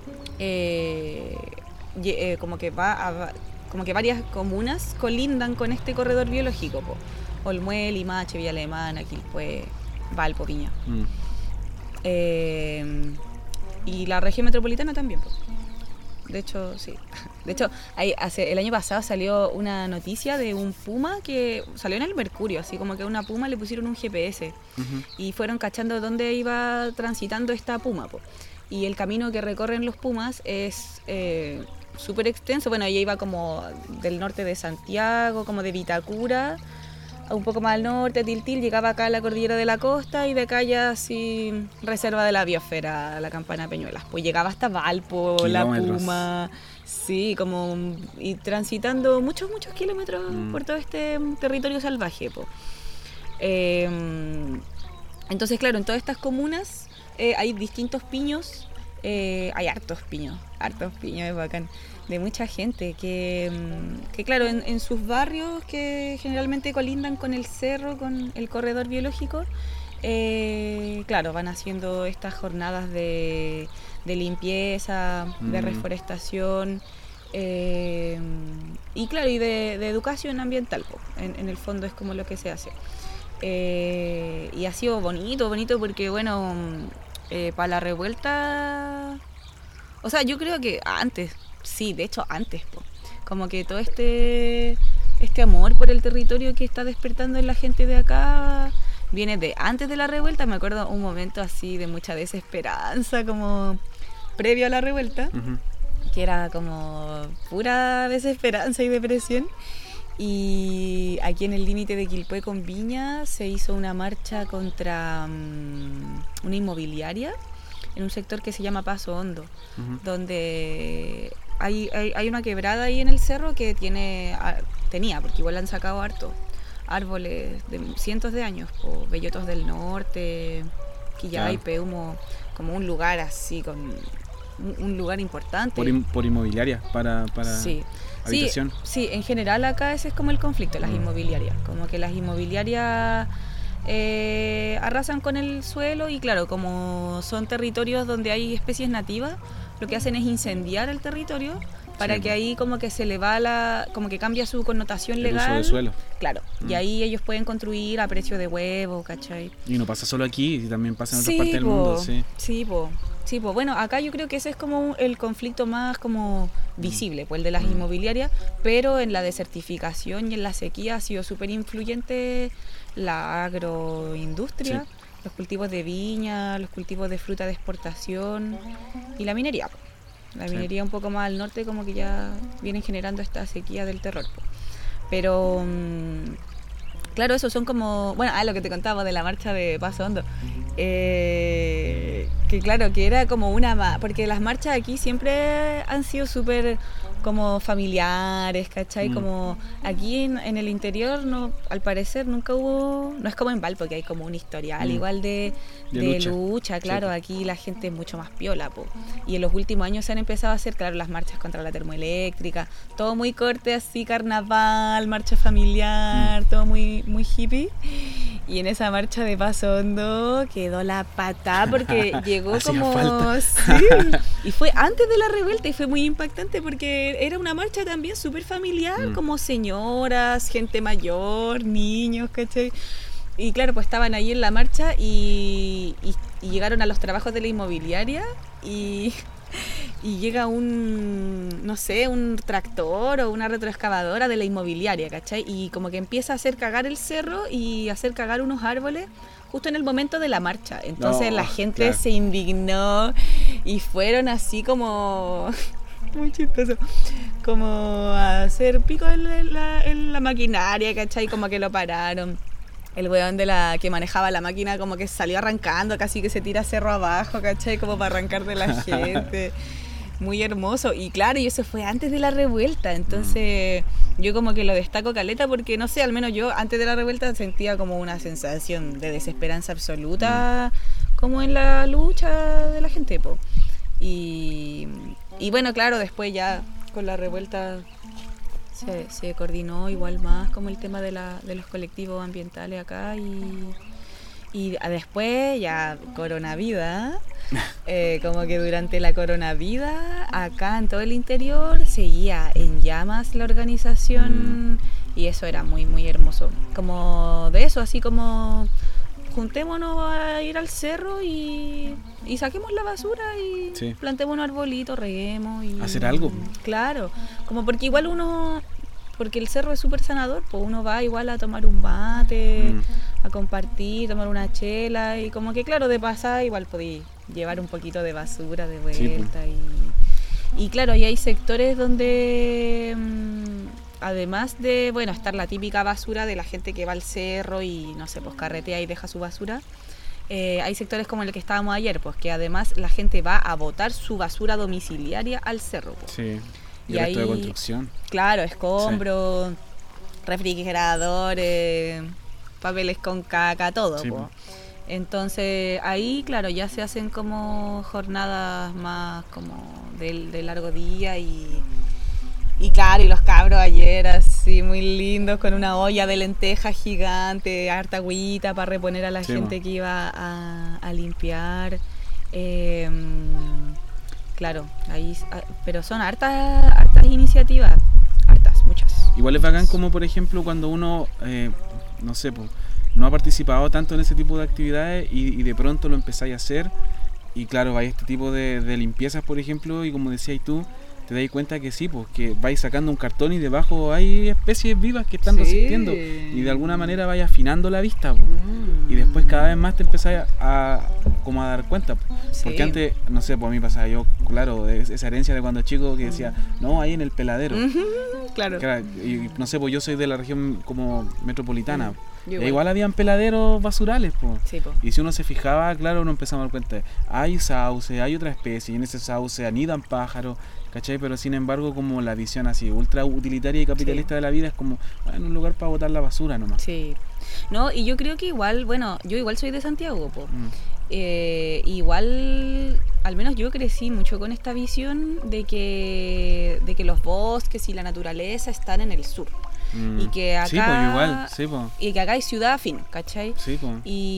como que varias comunas colindan con este corredor biológico, po. Olmué, Limache, Villa Alemana, Quilpué, Valpo, Viña. Y la región metropolitana también, po. De hecho, sí. De hecho, el año pasado salió una noticia de un puma que salió en el Mercurio, así como que a una puma le pusieron un GPS y fueron cachando dónde iba transitando esta puma, po. Y el camino que recorren los pumas es súper extenso. Bueno, ella iba como del norte de Santiago, como de Vitacura, un poco más al norte, Tiltil, llegaba acá a la cordillera de la costa, y de acá ya así reserva de la biosfera, la Campana Peñuelas. Pues llegaba hasta Valpo, la Puma, sí, como y transitando muchos kilómetros por todo este territorio salvaje, po. Entonces, claro, en todas estas comunas hay distintos piños, hay hartos piños, es bacán, de mucha gente que claro, en sus barrios que generalmente colindan con el cerro, con el corredor biológico, claro, van haciendo estas jornadas de limpieza, de reforestación, y claro, y de educación ambiental, po. En el fondo es como lo que se hace. Y ha sido bonito porque, bueno, para la revuelta, o sea, yo creo que antes, po, como que todo este amor por el territorio que está despertando en la gente de acá viene de antes de la revuelta. Me acuerdo un momento así de mucha desesperanza, como previo a la revuelta, que era como pura desesperanza y depresión. Y aquí en el límite de Quilpué con Viña se hizo una marcha contra una inmobiliaria en un sector que se llama Paso Hondo, donde hay una quebrada ahí en el cerro que tenía, porque igual han sacado harto, árboles de cientos de años, bellotos del norte, Quillay, Peumo, como un lugar así, con un lugar importante. Por inmobiliaria, para sí. habitación. Sí, en general acá ese es como el conflicto, las inmobiliarias. Como que las inmobiliarias arrasan con el suelo y claro, como son territorios donde hay especies nativas, lo que hacen es incendiar el territorio para que ahí como que se le va como que cambia su connotación legal. El uso del suelo. Claro, y ahí ellos pueden construir a precio de huevo, ¿cachai? Y no pasa solo aquí, también pasa en otras partes del mundo, sí. Sí, pues bueno, acá yo creo que ese es como el conflicto más como visible, pues el de las inmobiliarias, pero en la desertificación y en la sequía ha sido súper influyente la agroindustria, los cultivos de viña, los cultivos de fruta de exportación y la minería. La minería un poco más al norte como que ya vienen generando esta sequía del terror. Pero claro, eso son como... Bueno, lo que te contaba de la marcha de Paso Hondo. Que claro, que era como una... Porque las marchas aquí siempre han sido súper como familiares, ¿cachai? Como aquí en el interior, no, al parecer nunca hubo... No es como en Valpo, que hay como un historial igual de lucha, claro. Sí. Aquí la gente es mucho más piola, po. Y en los últimos años se han empezado a hacer, claro, las marchas contra la termoeléctrica, todo muy corte así, carnaval, marcha familiar, todo muy, muy hippie. Y en esa marcha de Paso Hondo quedó la patada porque llegó como... Sí, y fue antes de la revuelta y fue muy impactante porque era una marcha también súper familiar, como señoras, gente mayor, niños, ¿cachai? Y claro, pues estaban ahí en la marcha y llegaron a los trabajos de la inmobiliaria y llega un tractor o una retroexcavadora de la inmobiliaria, ¿cachai? Y como que empieza a hacer cagar el cerro y a hacer cagar unos árboles justo en el momento de la marcha. Entonces la gente se indignó y fueron así como... muy chistoso, como a hacer pico en la maquinaria, ¿cachai? Como que lo pararon. El weón que manejaba la máquina como que salió arrancando, casi que se tira cerro abajo, ¿cachai? Como para arrancar de la gente. Muy hermoso. Y claro, y eso fue antes de la revuelta. Entonces yo como que lo destaco caleta porque, no sé, al menos yo antes de la revuelta sentía como una sensación de desesperanza absoluta, como en la lucha de la gente, po. Y bueno, claro, después ya con la revuelta se coordinó igual más como el tema de los colectivos ambientales acá y después ya Coronavida, como que durante la Coronavida acá en todo el interior seguía en llamas la organización y eso era muy muy hermoso, como de eso, así como juntémonos a ir al cerro y saquemos la basura y plantemos un arbolito, reguemos y... Hacer algo. Claro, como porque igual porque el cerro es súper sanador, pues uno va igual a tomar un mate, a compartir, tomar una chela y como que claro, de pasada igual podéis llevar un poquito de basura de vuelta y claro, y hay sectores donde... además de, bueno, estar la típica basura de la gente que va al cerro y, no sé, pues carretea y deja su basura, hay sectores como el que estábamos ayer, pues que además la gente va a botar su basura domiciliaria al cerro. Pues. Sí, y el resto de construcción. Claro, escombros, refrigeradores, papeles con caca, todo. Sí, pues. Entonces ahí, claro, ya se hacen como jornadas más como de largo día y claro, y los cabros ayer así muy lindos con una olla de lentejas gigante, harta agüita para reponer a la gente que iba a limpiar. Claro, ahí, pero son hartas iniciativas, muchas. Igual es bacán como por ejemplo cuando uno, no sé, pues, no ha participado tanto en ese tipo de actividades y de pronto lo empezáis a hacer y claro, hay este tipo de limpiezas por ejemplo y como decías tú, te das cuenta que sí, pues que vais sacando un cartón y debajo hay especies vivas que están resistiendo y de alguna manera vais afinando la vista pues. Y después cada vez más te empezás a dar cuenta pues. Porque antes, no sé, pues a mí pasaba yo, claro, esa herencia de cuando chico que decía, no, ahí en el peladero. Claro. Y no sé, pues yo soy de la región como metropolitana. Igual habían peladeros basurales, po. Sí, po. Y si uno se fijaba, claro, uno empezaba a dar cuenta de, hay sauce, hay otra especie, y en ese sauce anidan pájaros, ¿cachai? Pero sin embargo, como la visión así ultra utilitaria y capitalista de la vida es como, bueno, un lugar para botar la basura nomás. Sí. No, y yo creo que igual, bueno, yo igual soy de Santiago, po. Igual, al menos yo crecí mucho con esta visión de que los bosques y la naturaleza están en el sur. y que acá sí, pues igual, sí, pues. Y que acá hay ciudad fin, ¿cachai? Sí, pues.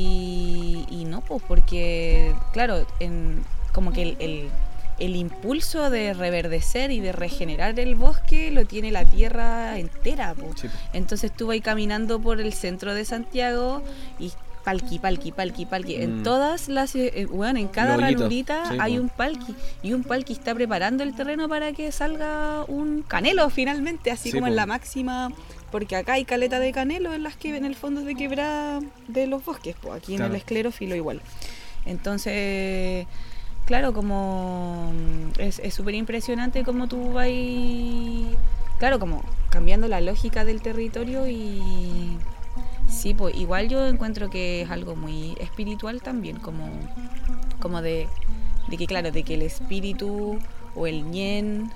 Y no, pues porque, claro, como que el impulso de reverdecer y de regenerar el bosque lo tiene la tierra entera, po. Sí, pues. Entonces tú vas caminando por el centro de Santiago y palqui. En todas las, bueno, en cada ranurita sí, hay po. un palqui. Y un palqui está preparando el terreno para que salga un canelo finalmente, así sí, como po. en la máxima, porque acá hay caleta de canelo en las que en el fondo de quebrada de los bosques, pues aquí claro. en el esclerófilo igual. Entonces, claro, como es súper impresionante como tú vas, claro, como cambiando la lógica del territorio y sí, pues igual yo encuentro que es algo muy espiritual también, como de que claro, de que el espíritu o el ñen,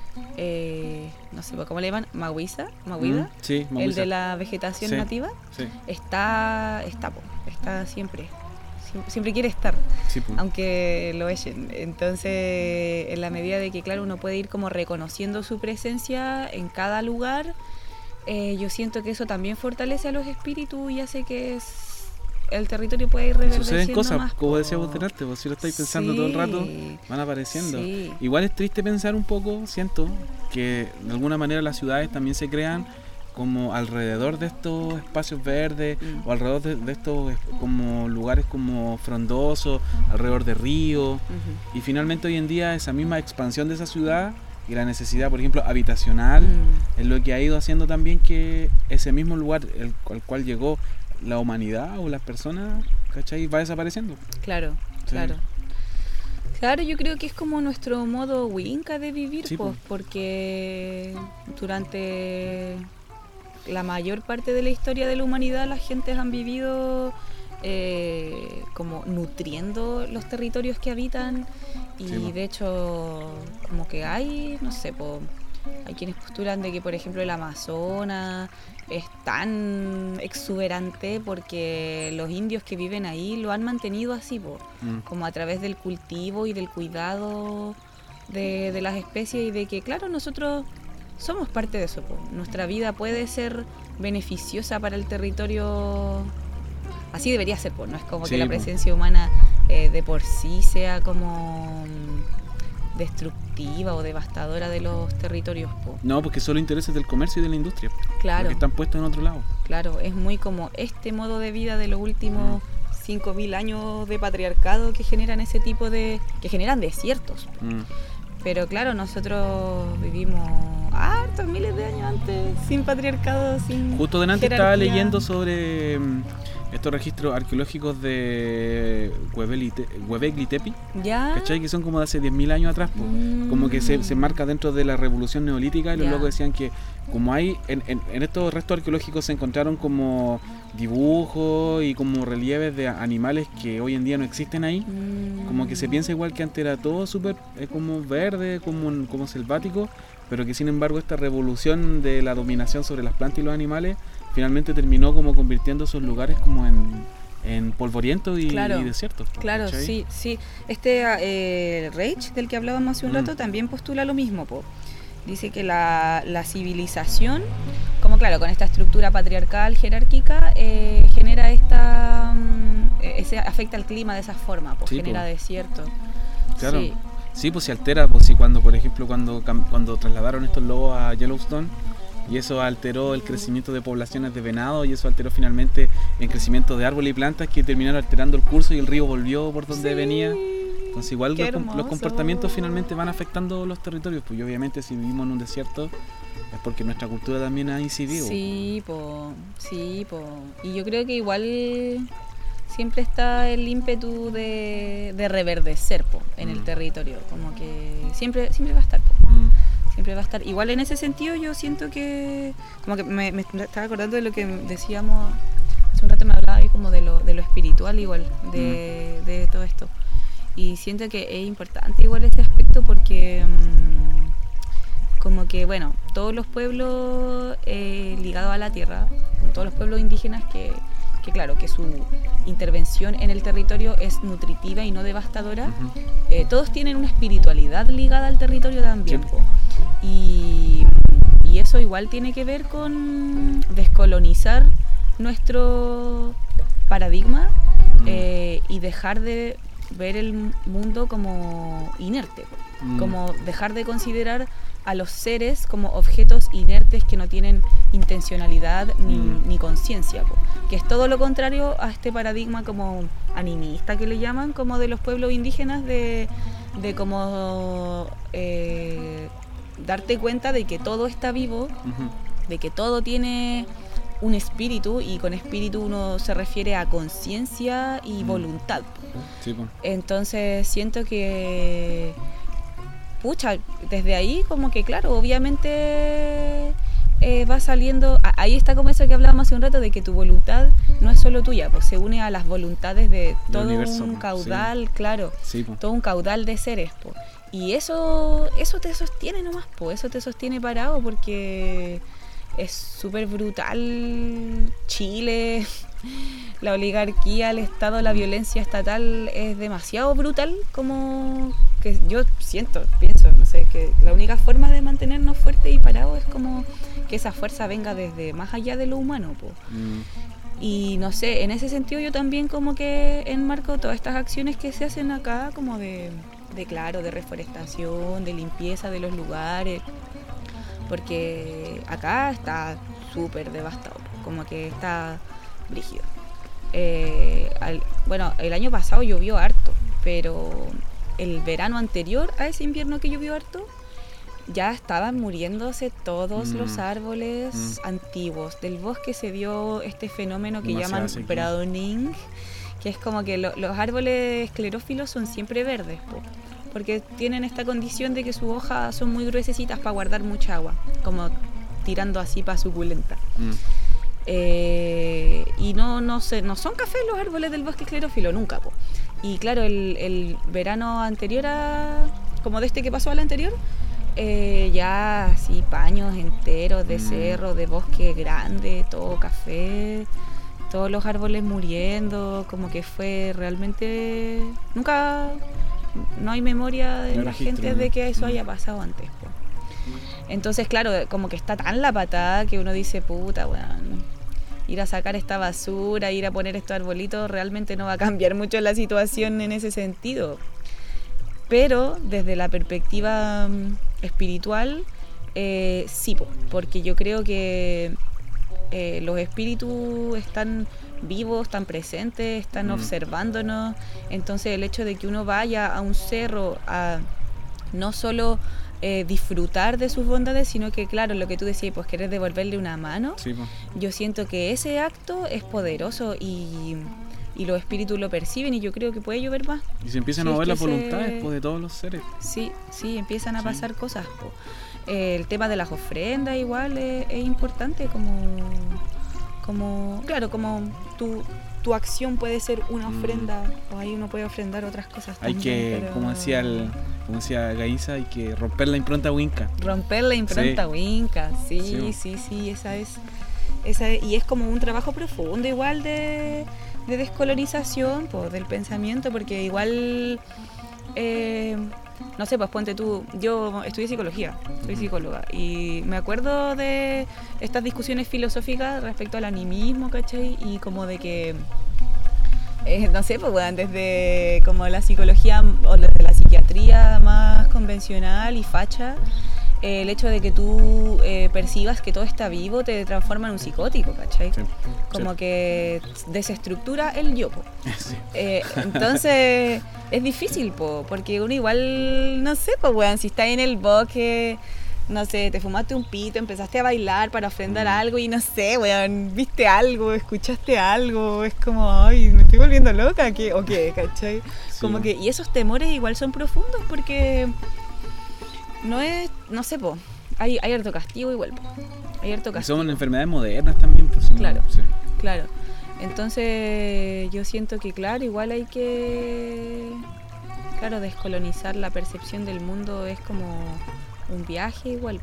no sé cómo le llaman, maguida, Sí, el de la vegetación sí, nativa, sí. está siempre quiere estar, Sí, pues. aunque lo echen. Entonces, en la medida de que, claro, uno puede ir como reconociendo su presencia en cada lugar, yo siento que eso también fortalece a los espíritus y hace que el territorio pueda ir reverdeciendo. Suceden cosas, más, como decíamos delante, pues, si lo estáis pensando todo el rato, van apareciendo. Sí. Igual es triste pensar un poco, siento, que de alguna manera las ciudades también se crean como alrededor de estos espacios verdes o alrededor de estos como lugares como frondosos, alrededor de ríos. Y finalmente hoy en día esa misma expansión de esa ciudad y la necesidad, por ejemplo, habitacional, es lo que ha ido haciendo también que ese mismo lugar al cual llegó la humanidad o las personas, ¿cachai? Va desapareciendo. Claro, sí. Claro, yo creo que es como nuestro modo winca de vivir, sí, pues, porque durante la mayor parte de la historia de la humanidad las gentes han vivido como nutriendo los territorios que habitan y sí, de hecho como que hay, no sé, hay quienes postulan de que por ejemplo el Amazonas es tan exuberante porque los indios que viven ahí lo han mantenido así, como a través del cultivo y del cuidado de las especies y de que claro, nosotros somos parte de eso, nuestra vida puede ser beneficiosa para el territorio, así debería ser, no es como que la presencia humana de por sí sea como destructiva o devastadora de los territorios. No, porque solo intereses del comercio y de la industria, claro, que están puestos en otro lado. Claro, es muy como este modo de vida de los últimos 5.000 años de patriarcado que generan ese tipo que generan desiertos. Pero claro, nosotros vivimos hartos miles de años antes sin patriarcado, sin justo delante jerarquía. Estaba leyendo sobre estos registros arqueológicos de Göbekli Tepe, ¿Ya? ¿cachai? Que son como de hace 10.000 años atrás, como que se marca dentro de la revolución neolítica y los locos decían que como hay en estos restos arqueológicos se encontraron como dibujos y como relieves de animales que hoy en día no existen ahí, como que se piensa igual que antes era todo súper como verde, como selvático, pero que sin embargo esta revolución de la dominación sobre las plantas y los animales finalmente terminó como convirtiendo esos lugares como en polvorientos y desiertos. Claro, ¿cachai? Sí. Reich, del que hablábamos hace un rato, también postula lo mismo, Dice que la civilización, como claro, con esta estructura patriarcal, jerárquica, genera afecta al clima de esa forma, genera desierto. Claro. Sí, pues se altera, si cuando, por ejemplo, cuando trasladaron estos lobos a Yellowstone, y eso alteró el crecimiento de poblaciones de venado y eso alteró finalmente el crecimiento de árboles y plantas que terminaron alterando el curso y el río volvió por donde venía. Entonces igual los comportamientos finalmente van afectando los territorios, pues y obviamente si vivimos en un desierto es porque nuestra cultura también ha incidido. Sí, y yo creo que igual siempre está el ímpetu de reverdecer en el territorio, como que siempre va a estar. Siempre va a estar. Igual en ese sentido yo siento que como que me estaba acordando de lo que decíamos hace un rato, me hablaba ahí como de lo espiritual igual, de todo esto. Y siento que es importante igual este aspecto porque como que bueno, todos los pueblos ligados a la tierra, como todos los pueblos indígenas que claro, que su intervención en el territorio es nutritiva y no devastadora, todos tienen una espiritualidad ligada al territorio también. Y eso igual tiene que ver con descolonizar nuestro paradigma y dejar de ver el mundo como inerte, como dejar de considerar a los seres como objetos inertes que no tienen intencionalidad ni conciencia, que es todo lo contrario a este paradigma como animista que le llaman, como de los pueblos indígenas, de como darte cuenta de que todo está vivo, de que todo tiene un espíritu, y con espíritu uno se refiere a conciencia y voluntad. Sí, pues. Entonces siento que desde ahí como que claro, obviamente va saliendo, ahí está como eso que hablábamos hace un rato, de que tu voluntad no es solo tuya, pues se une a las voluntades de todo universo, un caudal, sí. Claro, sí, todo un caudal de seres, pues. Y eso te sostiene nomás, pues eso te sostiene parado, porque es súper brutal Chile, la oligarquía, el Estado, la violencia estatal es demasiado brutal, como que yo pienso, no sé, que la única forma de mantenernos fuertes y parados es como que esa fuerza venga desde más allá de lo humano, po. Y no sé, en ese sentido yo también como que enmarco todas estas acciones que se hacen acá, como de reforestación, de limpieza de los lugares, porque acá está súper devastado, como que está brígido. Bueno, el año pasado llovió harto, pero el verano anterior a ese invierno que llovió harto, ya estaban muriéndose todos los árboles antiguos. Del bosque se dio este fenómeno que llaman browning, que es como que los árboles esclerófilos son siempre verdes, porque tienen esta condición de que sus hojas son muy gruesecitas para guardar mucha agua, como tirando así para suculenta. Y no son cafés los árboles del bosque esclerófilo, nunca, po. Y claro, el verano anterior como de este que pasó al anterior, ya así paños enteros de cerro, de bosque grande, todo café, todos los árboles muriendo, como que fue realmente... No hay memoria de la gente de que eso haya pasado antes, po. Entonces, claro, como que está tan la patada que uno dice, puta, weón, ir a sacar esta basura, ir a poner estos arbolitos, realmente no va a cambiar mucho la situación en ese sentido. Pero desde la perspectiva espiritual, sí, porque yo creo que los espíritus están vivos, están presentes, están observándonos. Entonces el hecho de que uno vaya a un cerro a no solo disfrutar de sus bondades, sino que, claro, lo que tú decías, pues querer devolverle una mano, sí, yo siento que ese acto es poderoso y los espíritus lo perciben, y yo creo que puede llover más. Y se empiezan a mover las voluntades de todos los seres. Sí, empiezan a pasar cosas. El tema de las ofrendas igual es importante, como claro, como tu acción puede ser una ofrenda, o ahí uno puede ofrendar otras cosas también. Hay que, como decía Gaisa, hay que romper la impronta Winca. Romper la impronta Winca, sí, esa es, y es como un trabajo profundo igual de descolonización del pensamiento, porque igual no sé, pues ponte tú, yo estudié psicología, soy psicóloga, y me acuerdo de estas discusiones filosóficas respecto al animismo, ¿cachai? Y como de que no sé, pues bueno, desde como la psicología o desde la psiquiatría más convencional y facha, el hecho de que tú percibas que todo está vivo te transforma en un psicótico, ¿cachai? Sí, como que desestructura el yo, po. Sí. Entonces es difícil, porque uno igual, no sé, pues weón, si estás en el bosque, no sé, te fumaste un pito, empezaste a bailar para ofrendar algo y no sé, weón, viste algo, escuchaste algo, es como, ay, me estoy volviendo loca, ¿qué? ¿O qué? ¿Cachai? Sí. Como que, y esos temores igual son profundos, porque no es, no sé, hay harto castigo igual, hay harto castigo. Y son enfermedades modernas también, pues. Claro, sí. Claro. Entonces yo siento que, claro, igual hay que, claro, descolonizar la percepción del mundo, es como un viaje igual,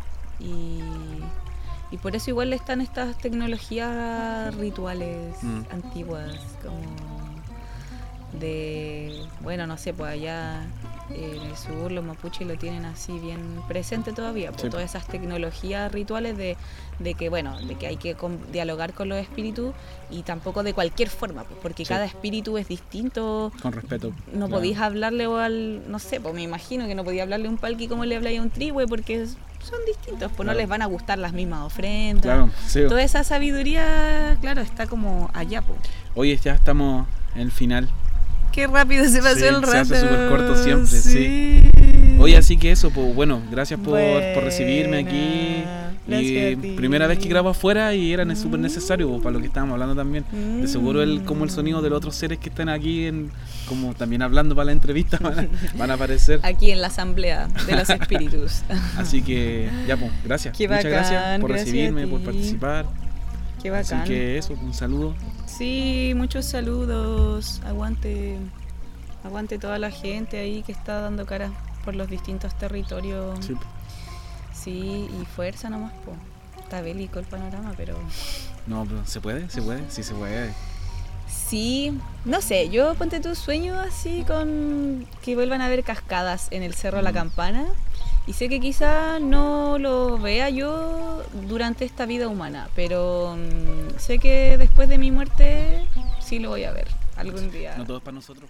y por eso igual están estas tecnologías rituales antiguas, como, bueno, no sé, pues allá en el sur los mapuches lo tienen así bien presente todavía, pues, todas esas tecnologías rituales de que bueno, de que hay que dialogar con los espíritus, y tampoco de cualquier forma, pues, porque cada espíritu es distinto. Con respeto. No podías hablarle no sé, pues me imagino que no podía hablarle a un palqui como le habláis a un trihue, porque son distintos, pues no les van a gustar las mismas ofrendas. Claro, sí. Toda esa sabiduría, claro, está como allá, pues. Oye, ya estamos en el final. Qué rápido se pasó el rato. Se hace súper corto siempre, sí. Oye, así que eso, pues bueno, gracias por recibirme aquí. Y primera vez que grabo afuera y era súper necesario, pues, para lo que estábamos hablando también. De seguro como el sonido de los otros seres que están aquí, como también hablando para la entrevista, van a aparecer. Aquí en la asamblea de los espíritus. Así que ya, pues, gracias. Qué Muchas bacán, gracias por recibirme, por participar. Qué bacán. Así que eso, un saludo. Sí, muchos saludos. Aguante toda la gente ahí que está dando cara por los distintos territorios. Sí, y fuerza nomás, po. Está bélico el panorama, pero... No, pero sí se puede. Sí, no sé, yo ponte tu sueño así con que vuelvan a haber cascadas en el Cerro La Campana, y sé que quizá no lo vea yo durante esta vida humana, pero sé que después de mi muerte sí lo voy a ver algún día. No todo es para nosotros.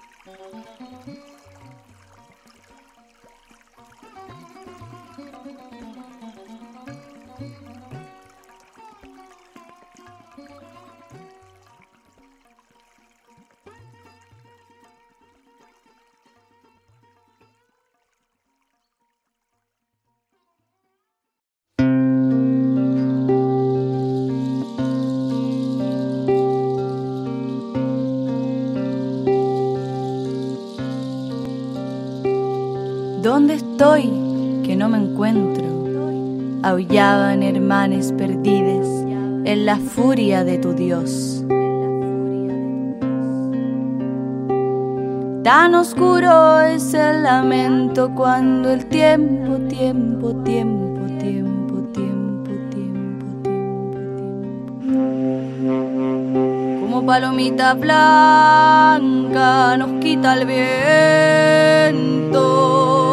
¿Dónde estoy que no me encuentro? Aullaban hermanes perdides en la furia de tu Dios. Tan oscuro es el lamento cuando el tiempo como palomita blanca nos quita el viento.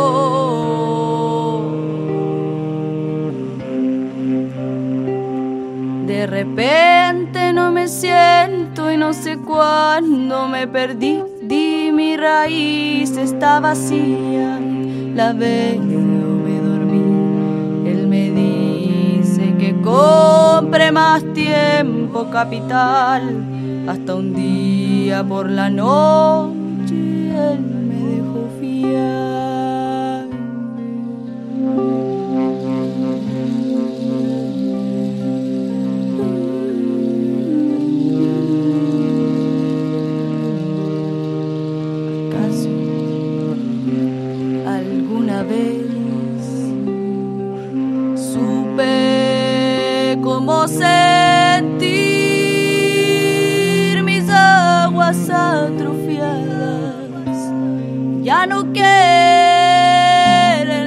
De repente no me siento y no sé cuándo me perdí. Mi raíz está vacía, la veo, me dormí. Él me dice que compre más tiempo capital. Hasta un día por la noche él me dejó fiar. Cómo sentir mis aguas atrofiadas ya no quieren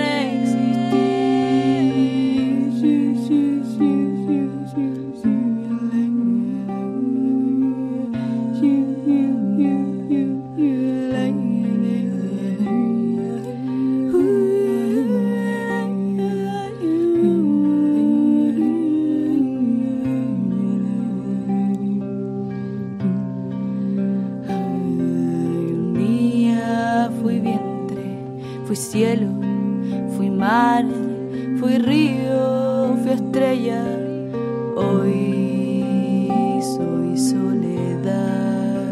cielo, fui mar, fui río, fui estrella, hoy soy soledad.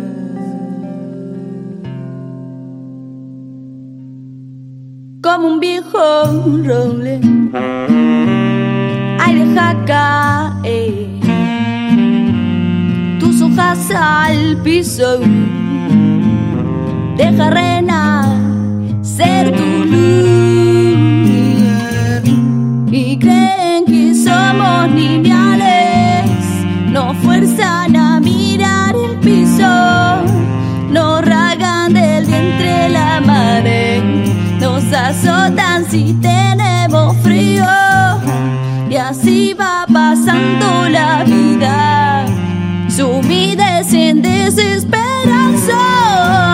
Como un viejo roble, ay deja caer tus hojas al piso, deja reinar ser tu luz, y creen que somos lineales, nos fuerzan a mirar el piso, nos rasgan del vientre la madre, nos azotan si tenemos frío, y así va pasando la vida, sumides en desesperanza.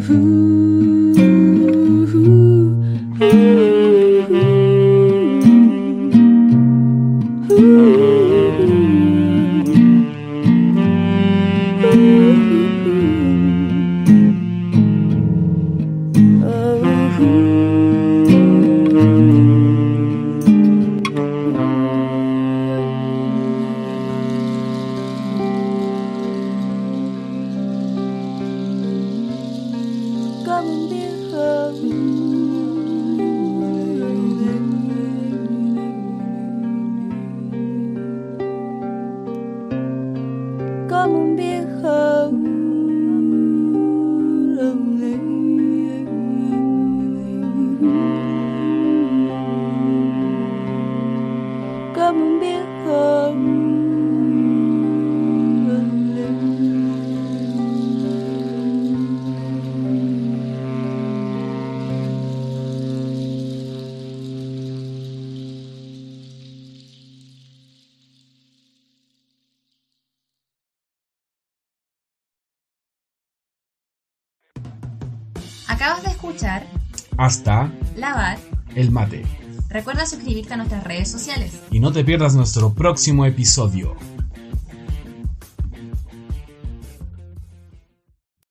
Acabas de escuchar Hasta Lavar el Mate. Recuerda suscribirte a nuestras redes sociales. Y no te pierdas nuestro próximo episodio.